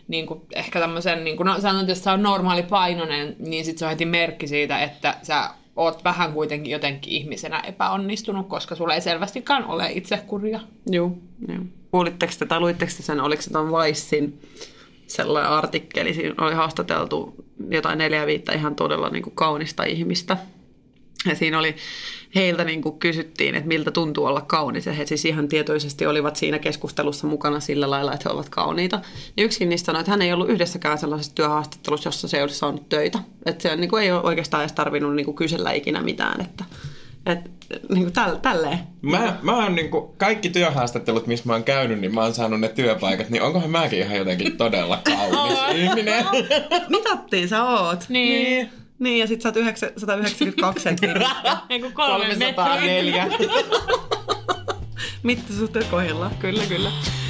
niin kuin ehkä tämmöisen, niin kuin no, sanon, että jos sä on normaali painoinen, niin sit se on heti merkki siitä, että sä oot vähän kuitenkin jotenkin ihmisenä epäonnistunut, koska sulla ei selvästikään ole itsekuria. Joo, joo. Kuulitteko te tai luitteko te sen, oliko se ton Vicein sellainen artikkeli, siinä oli haastateltu jotain neljä viittä ihan todella niin kuin kaunista ihmistä. Ja siinä oli, heiltä niin kuin kysyttiin, että miltä tuntuu olla kaunis. Ja he siis ihan tietoisesti olivat siinä keskustelussa mukana sillä lailla, että he ovat kauniita. Ja yksikin niistä sanoi, että hän ei ollut yhdessäkään sellaisessa työhaastattelussa, jossa se ei olisi saanut töitä. Että se niin kuin ei ole oikeastaan edes tarvinnut niin kuin kysellä ikinä mitään. Että, että niin kuin täl, tälleen. Mä, mä oon niin kuin, kaikki työhaastattelut, missä mä oon käynyt, niin mä oon saanut ne työpaikat. Niin onkohan mäkin ihan jotenkin todella kaunis ihminen? Mitattiin sä oot. Niin. Niin, ja sit sä oot sata yhdeksänkymmentäkaksi senttiä. Eiku kolme kolmesataaneljä. Mittasuhteen kohdillaan, kyllä, kyllä.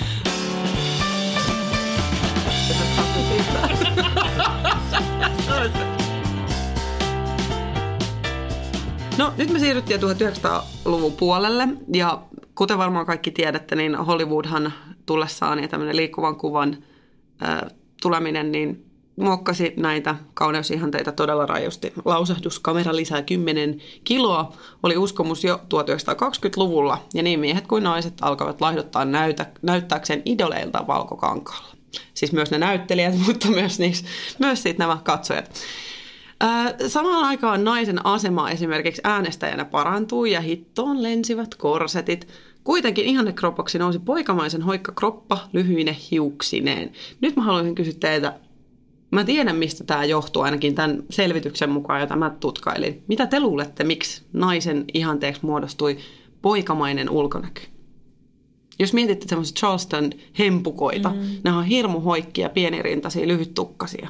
No, nyt me siirryttiin tuhatyhdeksänsataaluvun puolelle, ja kuten varmaan kaikki tiedätte, niin Hollywoodhan tullessaan ja tämmöinen liikkuvan kuvan äh, tuleminen, niin muokkasi näitä kauneusihanteita todella rajusti. Lausahdus kamera lisää kymmenen kiloa oli uskomus jo tuhatyhdeksänsataakaksikymmentäluvulla, ja niin miehet kuin naiset alkavat laihduttaa näytä, näyttääkseen idoleilta valkokankaalla. Siis myös ne näyttelijät, mutta myös, niissä, myös siitä nämä katsojat. Samaan aikaan naisen asema esimerkiksi äänestäjänä parantui ja hittoon lensivät korsetit. Kuitenkin ihannekroppaksi nousi poikamaisen hoikka kroppa lyhyine hiuksineen. Nyt mä haluaisin kysyä teiltä, mä tiedän mistä tämä johtuu ainakin tämän selvityksen mukaan, jota mä tutkailin. Mitä te luulette, miksi naisen ihanteeksi muodostui poikamainen ulkonäkö? Jos mietitte semmoiset Charleston hempukoita, mm. nämä on hirmu hoikkia, pienirintaisia, lyhyttukkasia.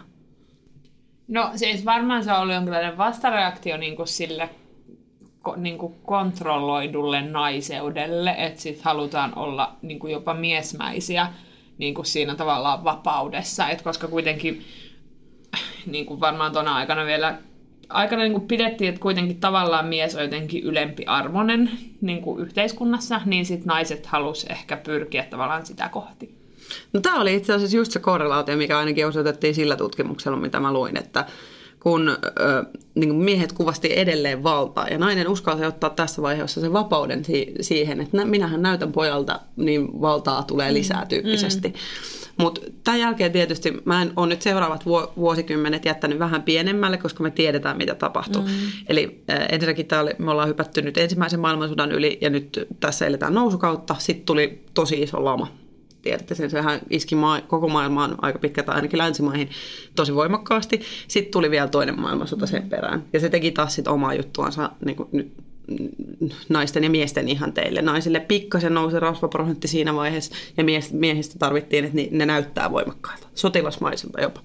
No siis varmaan se on ollut jonkinlainen vastareaktio niin kuin sille niin kuin kontrolloidulle naiseudelle, että sit halutaan olla niin kuin jopa miesmäisiä niin kuin siinä tavallaan vapaudessa, että koska kuitenkin niin kuin varmaan tuona aikana vielä aikana niin kuin pidettiin, että kuitenkin tavallaan mies on jotenkin ylempiarvoinen niin kuin yhteiskunnassa, niin sit naiset halusi ehkä pyrkiä tavallaan sitä kohti. No, tämä oli itse asiassa just se korrelaatio, mikä ainakin osoitettiin sillä tutkimuksella, mitä mä luin, että kun ö, niin kuin miehet kuvasti edelleen valtaa ja nainen uskalsi ottaa tässä vaiheessa sen vapauden si- siihen, että minähän näytän pojalta, niin valtaa tulee lisää tyyppisesti. Mm. Mutta tämän jälkeen tietysti mä en ole nyt seuraavat vuosikymmenet jättänyt vähän pienemmälle, koska me tiedetään, mitä tapahtuu. Mm. Eli äh, ensinnäkin oli, me ollaan hypätty nyt ensimmäisen maailmansodan yli ja nyt tässä eletään nousukautta. Sitten tuli tosi iso lama. Tiedätte sen, sehän iski maa, koko maailmaan aika pitkältä, ainakin länsimaihin, tosi voimakkaasti. Sitten tuli vielä toinen maailmansota sen perään. Ja se teki taas sit omaa juttuansa niin kuin nyt naisten ja miesten ihanteille. Naisille pikkasen nousi rasvaprosentti siinä vaiheessa, ja mies, miehistä tarvittiin, että ne näyttää voimakkailta, sotilasmaisilta jopa.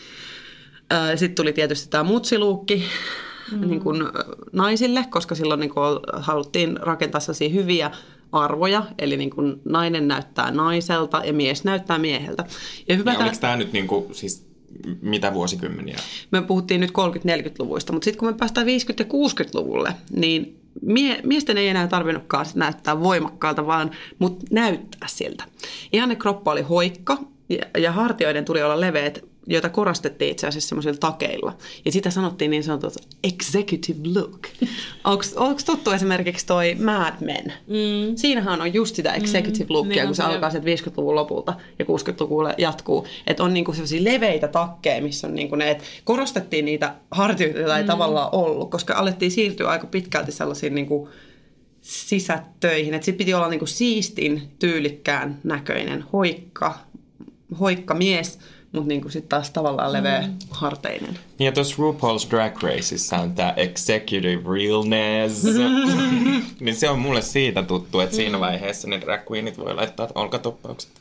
Sitten tuli tietysti tämä mutsiluukki mm. niin kuin naisille, koska silloin niin kuin haluttiin rakentaa sellaisia hyviä arvoja, eli niin kuin nainen näyttää naiselta ja mies näyttää mieheltä. Ja hyvä ja oliko tämä nyt niin kuin, siis mitä vuosikymmeniä? Me puhuttiin nyt kolmekymmentä-neljäkymmentäluvuista, mutta sitten kun me päästään viisikymmentä- ja kuusikymmentäluvulle, niin mie- miesten ei enää tarvinnutkaan näyttää voimakkaalta, vaan mut näyttää siltä. Ihanne kroppa oli hoikka ja, ja hartioiden tuli olla leveät, joita korostettiin itse asiassa semmoisilla takeilla. Ja sitä sanottiin niin sanottu executive look. Onko tuttu esimerkiksi toi Mad Men? Mm. Siinähän on just sitä executive lookia, mm, kun se alkaa sieltä viisikymmentäluvun lopulta ja kuusikymmentäluvulla jatkuu. Että on niinku sellaisia leveitä takkeja, missä on niinku ne, että korostettiin niitä hartioita, joita ei mm. tavallaan ollut, koska alettiin siirtyä aika pitkälti sellaisiin niinku sisätöihin. Että sit piti olla niinku siistin, tyylikkään näköinen, hoikka, hoikka mies, mutta niinku sitten taas tavallaan leveä mm. harteinen. Ja tuossa RuPaul's Drag Raceissa on tämä executive realness. Niin se on mulle siitä tuttu, että siinä vaiheessa ne drag queenit voi laittaa olkatoppaukset.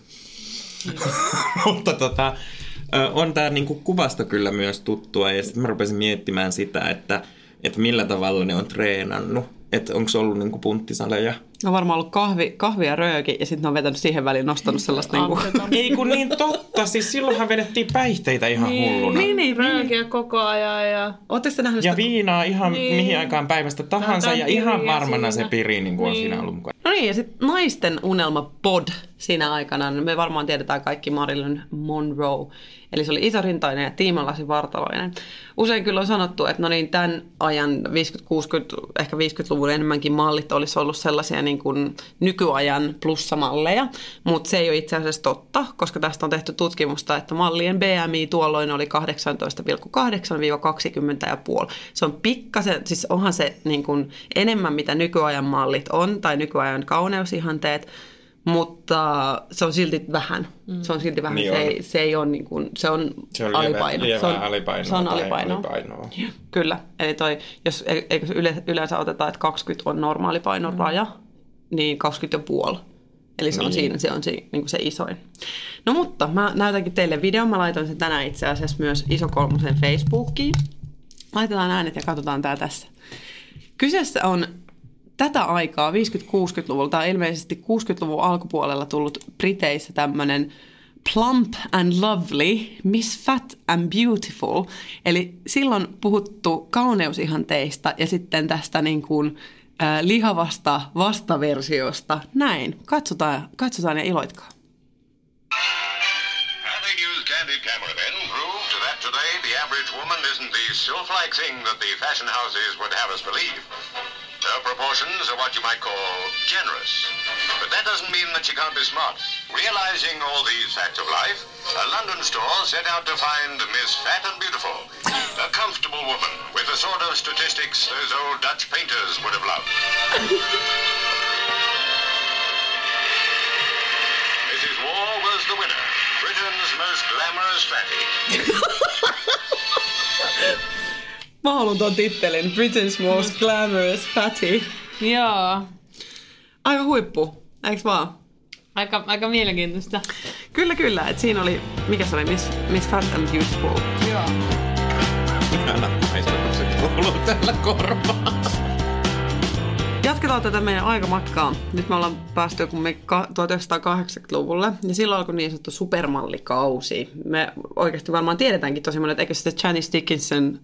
Mutta tota, on tämä niinku kuvasta kyllä myös tuttua. Ja sitten mä rupesin miettimään sitä, että, että millä tavalla ne on treenannut. Että onko se ollut niinku punttisaleja? On varmaan ollut kahvi, kahvi ja rööki, ja sitten ne on vetänyt siihen väliin, nostanut sellaista niinku... Ei kun niin totta, siis silloinhan vedettiin päihteitä ihan niin, hulluna. Niin, niin, röökiä koko ajan ja... Ootteko te nähnyt ja sitä? viinaa ihan niin. mihin aikaan päivästä tahansa, ja ihan varmana siinä. Se piri niin kuin niin. on siinä ollut mukaan. No niin, ja sitten naisten unelma pod siinä aikana. Me varmaan tiedetään kaikki Marilyn Monroe. Eli se oli isorintainen ja tiimanlasivartaloinen. Usein kyllä on sanottu, että no niin, tämän ajan viisikymmentä kuusikymmentä, ehkä viisikymmentäluvun enemmänkin mallit olisi ollut sellaisia niin kuin nykyajan plussamalleja, mutta se ei ole itse asiassa totta, koska tästä on tehty tutkimusta, että mallien B M I tuolloin oli kahdeksantoista pilkku kahdeksan kaksikymmentä pilkku viisi. Se on pikkasen, siis onhan se niin kuin enemmän mitä nykyajan mallit on tai nykyajan kauneusihanteet, mutta se on silti vähän. Mm. Se on silti vähän. Niin se, ei, se ei ole niin kuin, se on se on alipaino. Lievä, se on alipainoa. Se on alipainoa. alipainoa. Kyllä. Eli toi, jos eikö yleensä otetaan, että kaksikymmentä on normaalipainon mm. raja, niin kaksikymmentä pilkku viisi. Eli se on niin. siinä, se on se, niin kuin se isoin. No mutta mä näytänkin teille videon. Mä laitoin sen tänään itse asiassa myös Isokolmosen Facebookiin. Laitetaan äänet ja katsotaan tää tässä. Kyseessä on tätä aikaa viisikymmentä-kuusikymmentäluvulta, tai ilmeisesti kuusikymmentäluvun alkupuolella tullut Briteissä tämmöinen plump and lovely, Miss Fat and Beautiful. Eli silloin puhuttu kauneusihanteista ja sitten tästä niin kuin, äh, lihavasta vastaversiosta. Näin. Katsotaan, katsotaan ja iloitkaa. Having used candid cameramen proved that today the average woman isn't the sylph-like thing that the fashion houses would have us believe. Her proportions are what you might call generous. But that doesn't mean that she can't be smart. Realizing all these facts of life, a London store set out to find Miss Fat and Beautiful. A comfortable woman with the sort of statistics those old Dutch painters would have loved. Missus War was the winner. Britain's most glamorous fatty. Mä haluan tuon tittelin. Britain's most glamorous fatty. Joo. Aika huippu, eiks vaan? Aika, aika mielenkiintoista. Kyllä, kyllä. Et siinä oli, mikä se oli, Miss, Miss Fat and Beautiful. Joo. Ihana naisvatukset kuuluu tällä korvaan. Jatketaan tätä meidän aikamatkaa. Nyt me ollaan päästy joku tuhatyhdeksänsataakahdeksankymmentäluvulle, ja silloin alkoi niin sanottu supermallikausi. Me oikeasti varmaan tiedetäänkin tosi monen, että eikö sitten Janice Dickinson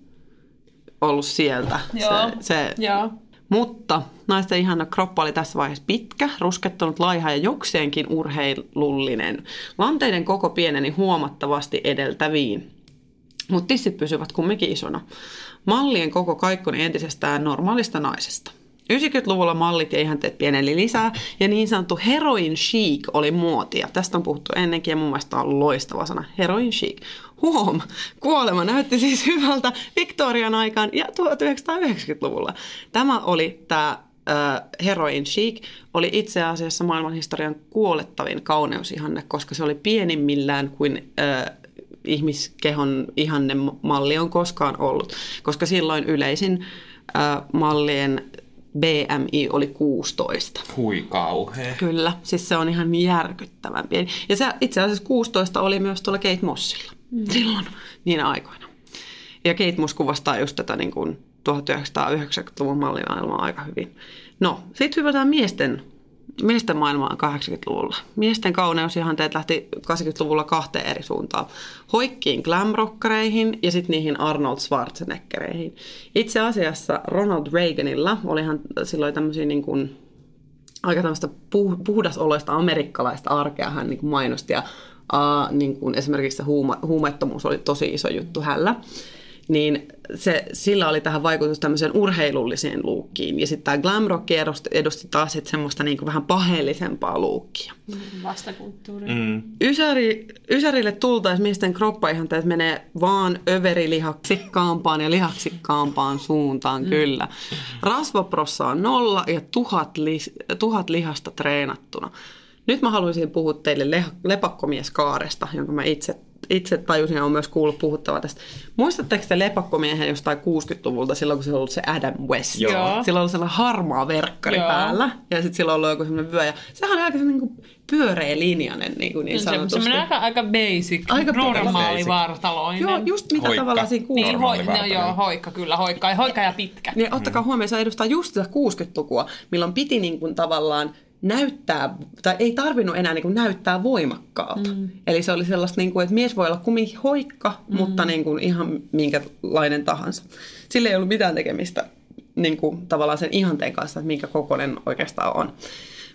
ollut sieltä. Joo. Se, se. Joo. Mutta naisten ihana kroppa oli tässä vaiheessa pitkä, ruskettunut, laiha ja jokseenkin urheilullinen. Lanteiden koko pieneni huomattavasti edeltäviin, mutta tissit pysyvät kumminkin isona. Mallien koko kaikkoni entisestään normaalista naisesta. yhdeksänkymmentäluvulla mallit ja ihanteet pieneli lisää, ja niin sanottu heroin chic oli muotia. Tästä on puhuttu ennenkin, ja mun mielestä on loistava sana, heroin chic. Huom, kuolema näytti siis hyvältä Victorian aikaan ja tuhatyhdeksänsataayhdeksänkymmentäluvulla. Tämä oli tämä äh, heroin chic, oli itse asiassa maailmanhistorian kuolettavin kauneusihanne, koska se oli pienimmillään kuin äh, ihmiskehon ihanne malli on koskaan ollut, koska silloin yleisin äh, mallien B M I oli kuusitoista. Hui kauhea. Kyllä, siis se on ihan järkyttävän pieni. Ja se itse asiassa kuusitoista oli myös tuolla Kate Mossilla mm. silloin niinä aikoina. Ja Kate Moss kuvastaa just tätä niin kuin tuhatyhdeksänsataayhdeksänkymmentäluvun mallimaailmaa aika hyvin. No, sitten hypätään miesten, miesten maailmaan kahdeksankymmentäluvulla. Miesten kauneusihanteet lähti kahdeksankymmentäluvulla kahteen eri suuntaan. Hoikkiin glamrockereihin ja sitten niihin Arnold Schwarzeneggereihin. Itse asiassa Ronald Reaganilla olihan silloin tämmöisiä niin kuin aika tämmöistä puhdasoloista amerikkalaista arkea hän niin kuin mainosti. Ja uh, niin kuin esimerkiksi se huuma, huumettomuus oli tosi iso juttu hällä. Niin se, sillä oli tähän vaikutus tämmöiseen urheilulliseen luukkiin. Ja sitten tämä glam rock edusti, edusti taas sit semmoista niinku vähän paheellisempaa luukkia. Vastakulttuuri. Mm. Ysäri, ysärille tultaisi miesten kroppaihanteet menee vaan överilihaksikkaampaan ja lihaksikkaampaan suuntaan, mm. kyllä. Rasvaprossa on nolla ja tuhat, li, tuhat lihasta treenattuna. Nyt mä haluaisin puhua teille le, lepakkomieskaaresta, jonka mä itse Itse tajusin ja olen myös kuullut puhuttavaa tästä. Muistatteko te lepakkomiehen jostain kuusikymmentäluvulta silloin, kun se on ollut se Adam West? Joo. Sillä on ollut sellainen harmaa verkkari Joo. päällä ja sitten sillä on ollut joku sellainen vyö. Ja sehän oli aika niin kuin pyöreä linjainen niin, kuin niin sanotusti. Semmoinen aika, aika basic, Aika normaali basic. vartaloinen. Joo, just mitä Hoikka. tavallaan siinä kuuluu. Niin, Normaali hoi, no, vartalo. joo, hoikka kyllä, hoikka, hoikka ja pitkä. Niin ottakaa huomioon, se edustaa just sitä kuusikymmentälukua, milloin piti niin kuin tavallaan näyttää, tai ei tarvinnut enää niin kuin näyttää voimakkaalta. Mm. Eli se oli sellaista, niin kuin, että mies voi olla kumminkin hoikka, mm. mutta niin kuin ihan minkälainen tahansa. Sillä ei ollut mitään tekemistä niin kuin, tavallaan sen ihanteen kanssa, että minkä kokoinen oikeastaan on.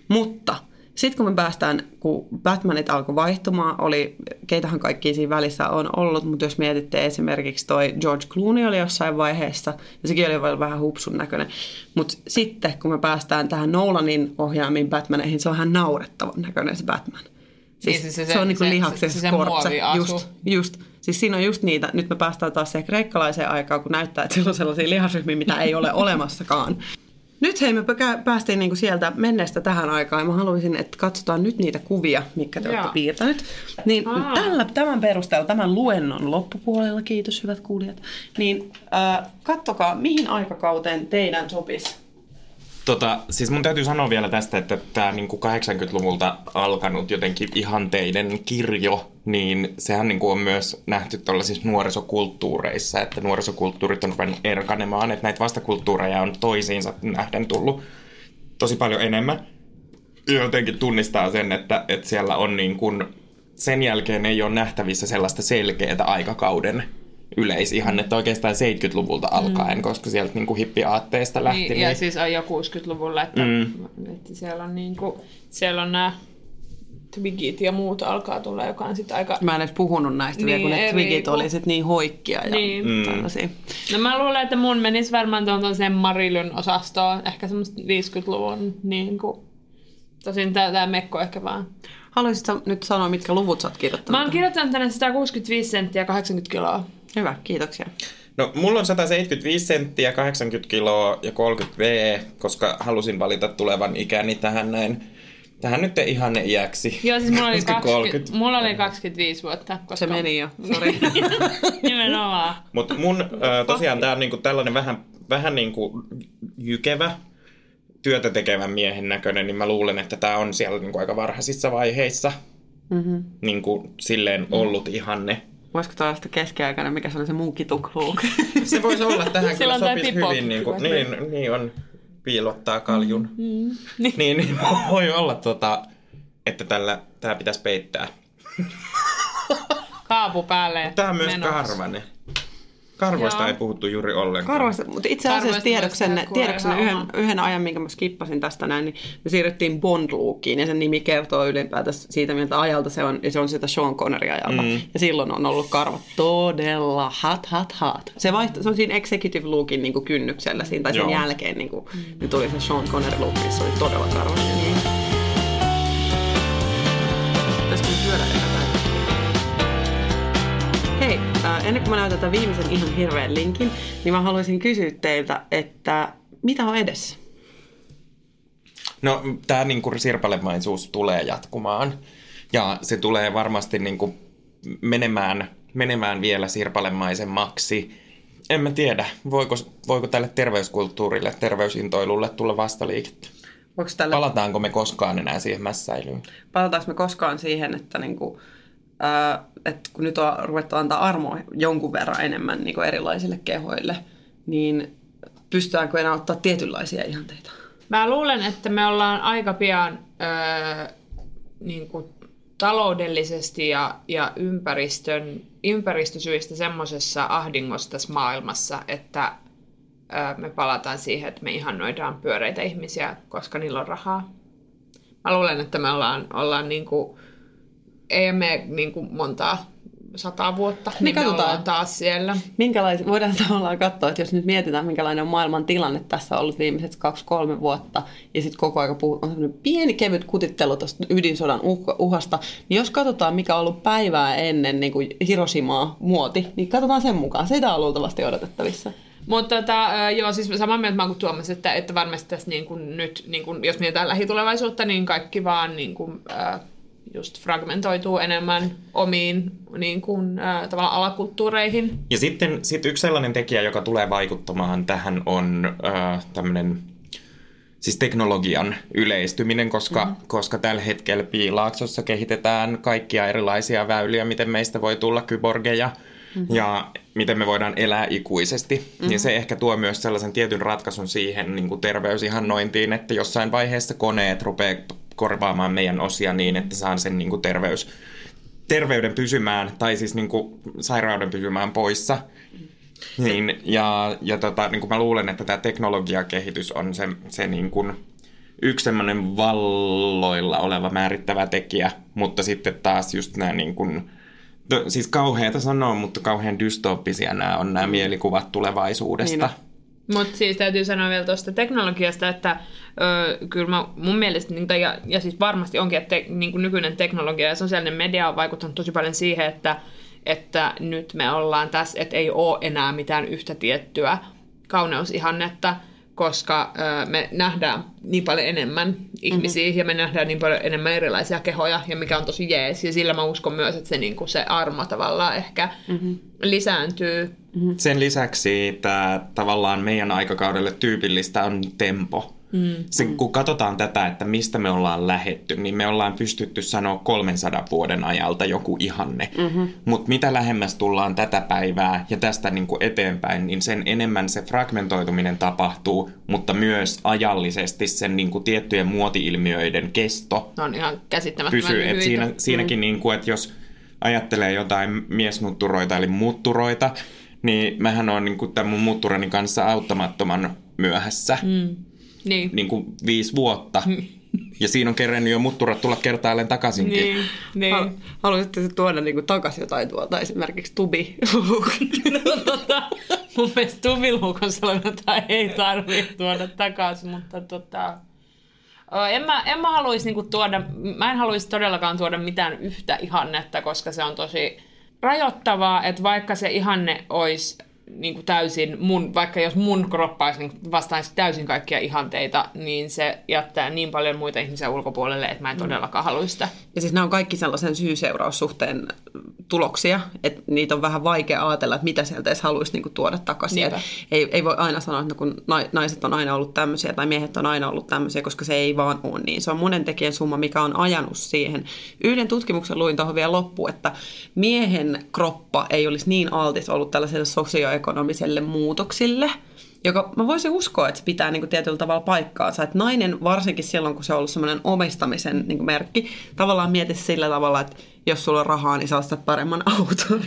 Mutta sitten kun me päästään, kun Batmanit alkoi vaihtumaan, oli, keitähän kaikki siinä välissä on ollut, mutta jos mietitte esimerkiksi toi George Clooney oli jossain vaiheessa, ja sekin oli vähän hupsun näköinen. Mutta sitten kun me päästään tähän Nolanin ohjaamiin Batmaneihin, se on ihan naurettavan näköinen se Batman. Siis niin, se, se, se on niin kuin se, lihaksessa se kortsa. Just, just. Siis siinä on just niitä, nyt me päästään taas siihen kreikkalaiseen aikaan, kun näyttää, että siellä on sellaisia lihasryhmiä, mitä ei ole olemassakaan. Nyt hei, me päästiin niinku sieltä menneestä tähän aikaan, ja mä haluaisin, että katsotaan nyt niitä kuvia, mitkä te olette piirtänyt. Niin tällä, tämän perusteella, tämän luennon loppupuolella, kiitos hyvät kuulijat, niin äh, katsokaa, mihin aikakauteen teidän sopisi. Tota, siis mun täytyy sanoa vielä tästä, että tämä niinku kahdeksankymmentäluvulta alkanut jotenkin ihanteiden kirjo, niin sehän niinku on myös nähty tuollaisissa nuorisokulttuureissa, että nuorisokulttuurit on ruvennut erkanemaan, että näitä vastakulttuureja on toisiinsa nähden tullut tosi paljon enemmän. Jotenkin tunnistaa sen, että, että siellä on niin kuin, sen jälkeen ei ole nähtävissä sellaista selkeää aikakauden yleisihannetta oikeastaan seitsemänkymmentäluvulta alkaen, mm. koska sieltä niin kuin hippiaatteesta lähti. Niin, niin... Ja siis jo kuusikymmentäluvulla, että, mm. että siellä on, niin kuin, siellä on nämä Twigit ja muut alkaa tulla, joka on sitten aika... Mä en edes puhunut näistä niin, vielä, kun ne eri, Twigit kun... oli sit niin hoikkia ja niin. tällaisia. No mä luulen, että mun menisi varmaan tuon sen Marilyn osastoon, ehkä semmoista viisikymmentäluvun, niin kuin... Tosin tää mekko ehkä vaan. Haluaisitko nyt sanoa, mitkä luvut sä oot kirjoittanut? Mä oon kirjoittanut tänne sata kuusikymmentäviisi senttiä ja kahdeksankymmentä kiloa. Hyvä, kiitoksia. No, mulla on sata seitsemänkymmentäviisi senttiä, kahdeksankymmentä kiloa ja kolmekymmentä V, koska halusin valita tulevan ikäni tähän näin. Tähän nyt ihanne iäksi. Joo, siis mulla oli, kaksikymmentä, mulla oli kaksikymmentäviisi vuotta. Koska... Se meni jo, sori. Nimenomaan. Mutta mun äh, tosiaan tää on niinku tällainen vähän, vähän niinku jykevä, työtä tekevän miehen näköinen, niin mä luulen, että tää on siellä niinku aika varhaisissa vaiheissa mm-hmm. niinku silleen ollut ihanne. Voisiko tämä olla keskiaikainen, mikä se oli se munkitukluuk? Se voisi olla, tähän kyllä sopisi hyvin. Niin, kuin, niin, niin on, piilottaa kaljun. Mm, niin. Niin, niin voi olla, tota, että tällä, tämä pitäisi peittää. Kaapu päälle. Tämä on myös karvanen. Karvoista ei puhuttu juuri ollenkaan. Karvoista, mutta itse asiassa tiedoksenne, tiedoksenne yhden, yhden ajan, minkä mä skippasin tästä näin, niin me siirryttiin Bond-lookiin, ja sen nimi kertoo ylipäätään siitä, miltä ajalta se on, ja se on sitä Sean Connery ajalta. Mm. Ja silloin on ollut karvat todella hot, hot, hot. Se, vaihto, se on siinä executive lookin niin kuin kynnyksellä, siinä, tai sen Joo. jälkeen niin kuin, mm. niin tuli se Sean Connery look, missä oli todella karvat. Mm. Pitäisikö me syödä eteenpäin? Hei, äh, ennen kuin mä näytän tämän viimeisen ihan hirveän linkin, niin mä haluaisin kysyä teiltä, että mitä on edessä? No, tämä niinku sirpalemaisuus tulee jatkumaan ja se tulee varmasti niinku menemään, menemään vielä sirpalemaisemmaksi. En mä tiedä, voiko, voiko tälle terveyskulttuurille, terveysintoilulle tulla vastaliikettä. Tälle... Palataanko me koskaan enää siihen mässäilyyn? Palataanko me koskaan siihen, että niinku... Äh, että kun nyt on ruvettu antaa armoa jonkun verran enemmän niin kuin erilaisille kehoille, niin pystytäänkö enää ottaa tietynlaisia ihanteita? Mä luulen, että me ollaan aika pian öö, niin kuin taloudellisesti ja, ja ympäristön, ympäristösyistä semmoisessa ahdingossa tässä maailmassa, että öö, me palataan siihen, että me ihannoidaan pyöreitä ihmisiä, koska niillä on rahaa. Mä luulen, että me ollaan, ollaan niin kuin ei mene niin kuin montaa sataa vuotta, niin, niin me ollaan taas siellä. Minkälaisia, voidaan tavallaan katsoa, että jos nyt mietitään, minkälainen on maailman tilanne tässä on ollut viimeiset kaksi kolme vuotta, ja sitten koko ajan puhut, on sellainen pieni kevyt kutittelu tuosta ydinsodan uh- uhasta, niin jos katsotaan, mikä on ollut päivää ennen niin kuin Hiroshimaa muoti, niin katsotaan sen mukaan. Sitä on luultavasti odotettavissa. Mutta tota, joo, siis samaa mieltä mä oon kuin Tuomas, että, että varmasti tässä niin kuin nyt, niin kuin, jos mietitään lähitulevaisuutta, niin kaikki vaan... Niin kuin, äh, just fragmentoituu enemmän omiin niin kuin, äh, tavallaan alakulttuureihin. Ja sitten sit yksi sellainen tekijä, joka tulee vaikuttamaan tähän, on äh, tämmöinen siis teknologian yleistyminen, koska, mm-hmm. koska tällä hetkellä Piilaaksossa kehitetään kaikkia erilaisia väyliä, miten meistä voi tulla kyborgeja mm-hmm. ja miten me voidaan elää ikuisesti. Mm-hmm. Ja se ehkä tuo myös sellaisen tietyn ratkaisun siihen niin kuin terveysihannointiin, että jossain vaiheessa koneet rupeaa korvaamaan meidän osia niin, että saan sen niin kuin terveys, terveyden pysymään, tai siis niin kuin sairauden pysymään poissa. Niin, ja ja tota, niin kuin mä luulen, että tämä teknologiakehitys on se, se niin kuin yksi semmoinen valloilla oleva määrittävä tekijä, mutta sitten taas just nämä niin kuin, to, siis kauheata sanoa, mutta kauhean dystooppisia nämä on nämä mielikuvat tulevaisuudesta. Niin. Mutta siis täytyy sanoa vielä tuosta teknologiasta, että ö, kyllä mä, mun mielestä, niin, ja, ja siis varmasti onkin, että te, niin kuin nykyinen teknologia ja sosiaalinen media on vaikuttanut tosi paljon siihen, että, että nyt me ollaan tässä, että ei ole enää mitään yhtä tiettyä kauneusihannetta, koska ö, me nähdään niin paljon enemmän ihmisiä mm-hmm. ja me nähdään niin paljon enemmän erilaisia kehoja, ja mikä on tosi jees. Ja sillä mä uskon myös, että se, niin kuin se armo tavallaan ehkä mm-hmm. lisääntyy. Mm-hmm. Sen lisäksi tämä tavallaan meidän aikakaudelle tyypillistä on tempo. Mm-hmm. Se, kun katsotaan tätä, että mistä me ollaan lähetty, niin me ollaan pystytty sanoa kolmensadan vuoden ajalta joku ihanne. Mm-hmm. Mutta mitä lähemmäs tullaan tätä päivää ja tästä niin kuin eteenpäin, niin sen enemmän se fragmentoituminen tapahtuu, mutta myös ajallisesti sen niin kuin tiettyjen muoti-ilmiöiden kesto on ihan käsittämättömän pysyy. Et siinä, mm. siinäkin, niin kuin, että jos ajattelee jotain miesnutturoita eli mutturoita, niin mähän on niin kuin tämän mun mutturani kanssa auttamattoman myöhässä. Mm. Niin. Niin kuin viisi vuotta. Ja siinä on kerennyt jo mutturat tulla kertaalleen takaisinkin. Niin, niin. Hal- Haluaisitte takaisin niin takaisin jotain tuolta, esimerkiksi tubi. No tota, mun mielestä tubiluukon sellainen ei tarvitse tuoda takaisin, mutta tota... En mä, en mä haluaisi niinku tuoda, mä en haluaisi todellakaan tuoda mitään yhtä ihannetta, koska se on tosi rajoittavaa, että vaikka se ihanne olisi niin kuin täysin mun, vaikka jos mun kroppa olisi niin vastaisi täysin kaikkia ihanteita, niin se jättää niin paljon muita ihmisiä ulkopuolelle, että mä en todellakaan haluaisi sitä. Ja siis nämä on kaikki sellaisen syy-seuraussuhteen tuloksia, että niitä on vähän vaikea ajatella, että mitä sieltä edes haluaisi niin kuin tuoda takaisin. Ei, ei voi aina sanoa, että kun naiset on aina ollut tämmöisiä tai miehet on aina ollut tämmöisiä, koska se ei vaan ole niin. Se on monen tekijän summa, mikä on ajanut siihen. Yhden tutkimuksen luin tuohon vielä loppuun, että miehen kroppa ei olisi niin altis ollut tällaiselle sosioekonomiselle muutoksille, joka mä voisin uskoa, että se pitää niin kuin tietyllä tavalla paikkaansa. Että nainen, varsinkin silloin, kun se on ollut semmoinen omistamisen niin kuin merkki, tavallaan mieti sillä tavalla, että jos sulla on rahaa, niin saa ostaa paremman auton.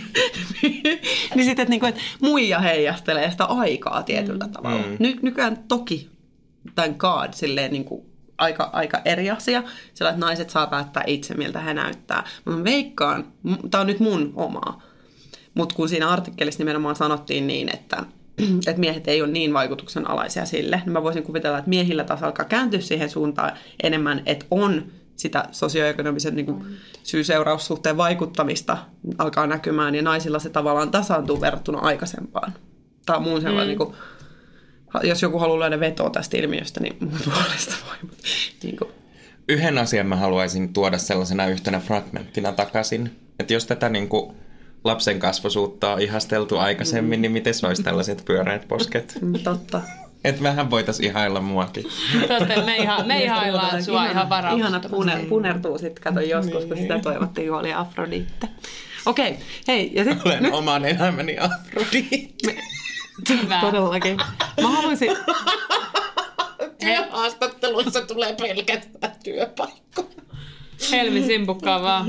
niin sitten, että, niin kuin, että muija heijastelee sitä aikaa tietyllä mm. tavalla. Mm. Ny- nykyään toki, thank God, silleen niin kuin aika, aika eri asia. Sillä, että naiset saa päättää itse, miltä he näyttää. Mä veikkaan, tää on nyt mun omaa. Mutta kun siinä artikkelissa nimenomaan sanottiin niin, että että miehet ei ole niin vaikutuksen alaisia sille, niin mä voisin kuvitella, että miehillä taas alkaa kääntyä siihen suuntaan enemmän, että on sitä sosioekonomisen niin kuin syy-seuraussuhteen vaikuttamista alkaa näkymään, ja naisilla se tavallaan tasaantuu verrattuna aikaisempaan. Tämä on muun sellainen, mm. niin kuin, jos joku haluaa löydä vetoa tästä ilmiöstä, niin mun puolesta voi. Niin kuin. Yhden asian mä haluaisin tuoda sellaisena yhtenä fragmenttina takaisin, että jos tätä niin kuin lapsen kasvosuutta on ihasteltu aikaisemmin, mm. niin miten se olisi tällaiset pyöreät posket? Totta. Että vähän voitaisiin ihailla muakin. Totta, me, iha, me ihaillaan sua ihan varausta. Ihanat puner, punertuu sitten, kato joskus, kun sitä toivottiin, kun oli Afrodite. Okei, okay, hei. Ja sit, Olen nyt, oman elämäni Afrodite. Me, todellakin. Mä haluaisin... Työhaastatteluissa tulee pelkästään työpaikkoja. Helmi simpukkaa vaan.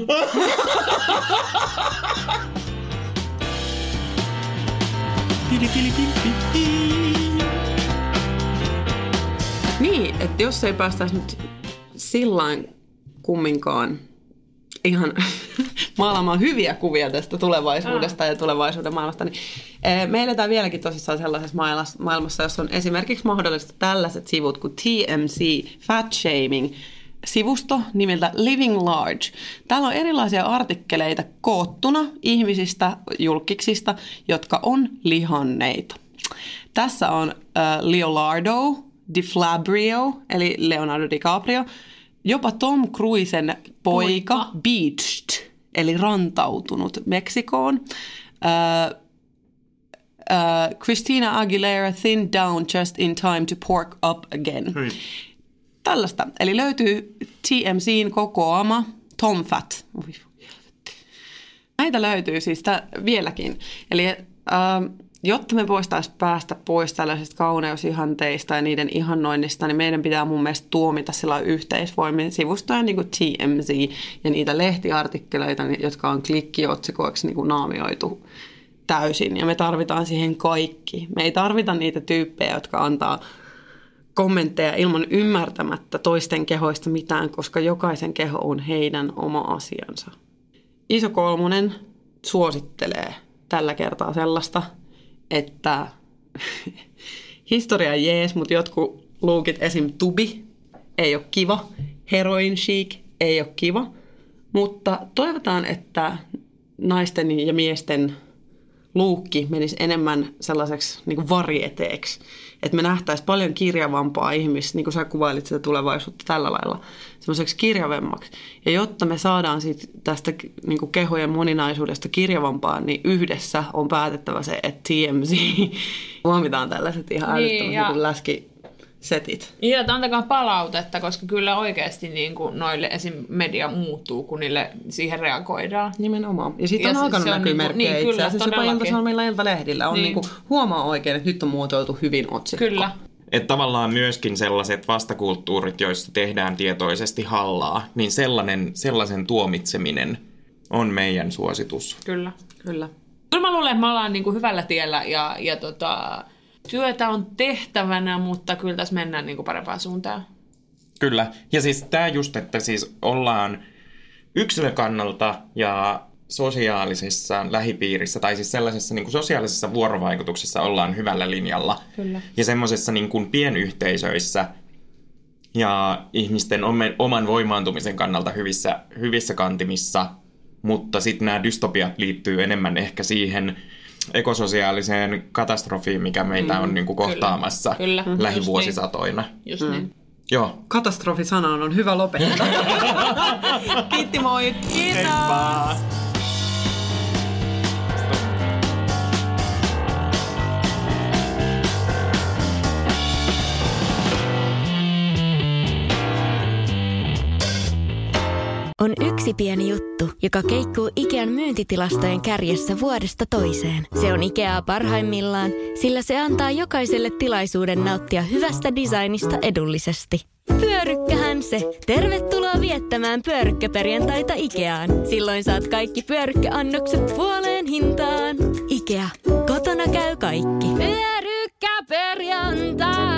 Niin, että jos ei päästäisi nyt sillain kumminkaan ihan maalaamaan hyviä kuvia tästä tulevaisuudesta ah. ja tulevaisuuden maailmasta, niin me eletään vieläkin tosissaan sellaisessa maailmassa, jossa on esimerkiksi mahdollista tällaiset sivut kuin T M C, Fat Shaming, sivusto nimeltä Living Large. Täällä on erilaisia artikkeleita koottuna ihmisistä, julkiksista, jotka on lihanneita. Tässä on äh, Leonardo DiFabrio, eli Leonardo DiCaprio, jopa Tom Cruisen poika, poika. Beached, eli rantautunut Meksikoon. Äh, äh, Christina Aguilera thinned down just in time to pork up again. Hmm. Tällaista. Eli löytyy T M C:n kokoama Tom Fat. Näitä löytyy siis tä- vieläkin. Eli äh, jotta me voitaisiin päästä pois tällaisista kauneusihanteista ja niiden ihannoinnista, niin meidän pitää mun mielestä tuomita sillä yhteisvoimin sivustoja niin kuin T M C ja niitä lehtiartikkeleita, jotka on klikkiotsikoiksi niin kuin naamioitu täysin. Ja me tarvitaan siihen kaikki. Me ei tarvita niitä tyyppejä, jotka antaa kommentteja ilman ymmärtämättä toisten kehoista mitään, koska jokaisen keho on heidän oma asiansa. Iso Kolmonen suosittelee tällä kertaa sellaista, että historia jees, mutta jotkut luukit, esim. Tubi, ei ole kiva. Heroin chic, ei ole kiva. Mutta toivotaan, että naisten ja miesten luukki menisi enemmän sellaiseksi niin kuin varieteeksi. Että me nähtäisiin paljon kirjavampaa ihmistä, niin kuin sä kuvailit sitä tulevaisuutta tällä lailla, semmoiseksi kirjavemmaksi. Ja jotta me saadaan siitä, tästä niin kuin kehojen moninaisuudesta kirjavampaa, niin yhdessä on päätettävä se, että T M Z huomitaan tällaiset ihan Niin, älyttömät ja- niin läskisetit. Ja että antakaa palautetta, koska kyllä oikeasti niin kuin noille esim. Media muuttuu, kun niille siihen reagoidaan. Nimenomaan. Ja siitä Ja on se- alkanut se on näkyä niinku- merkkejä niin, itse kyllä, asiassa. Jopa todellakin. Ilta-Sanomilla Iltalehdillä on Niin. niin kuin, huomaa oikein, että nyt on muotoiltu hyvin otsikko. Kyllä. Että tavallaan myöskin sellaiset vastakulttuurit, joissa tehdään tietoisesti hallaa, niin sellainen, sellaisen tuomitseminen on meidän suositus. Kyllä. Kyllä. Kyllä mä luulen, että me ollaan niin kuin hyvällä tiellä ja, ja tota, työtä on tehtävänä, mutta kyllä tässä mennään niin kuin parempaan suuntaan. Kyllä. Ja siis tämä just, että siis ollaan yksilökannalta ja sosiaalisessa lähipiirissä, tai siis sellaisessa niin kuin sosiaalisessa vuorovaikutuksessa ollaan hyvällä linjalla. Kyllä. Ja semmoisessa niin kuin pienyhteisöissä ja ihmisten oman voimaantumisen kannalta hyvissä, hyvissä kantimissa, mutta sitten nämä dystopiat liittyy enemmän ehkä siihen ekososiaaliseen katastrofiin, mikä meitä on niin kuin kohtaamassa Kyllä. Kyllä. lähivuosisatoina. Just niin. Joo. Katastrofisanaan on hyvä lopettaa. Kiitti, moi! Kiitos! On yksi pieni juttu, joka keikkuu Ikean myyntitilastojen kärjessä vuodesta toiseen. Se on Ikeaa parhaimmillaan, sillä se antaa jokaiselle tilaisuuden nauttia hyvästä designista edullisesti. Pyörykkähän se! Tervetuloa viettämään pyörykkäperjantaita Ikeaan. Silloin saat kaikki pyörykkäannokset puoleen hintaan. Ikea. Kotona käy kaikki. Pyörykkäperjantai!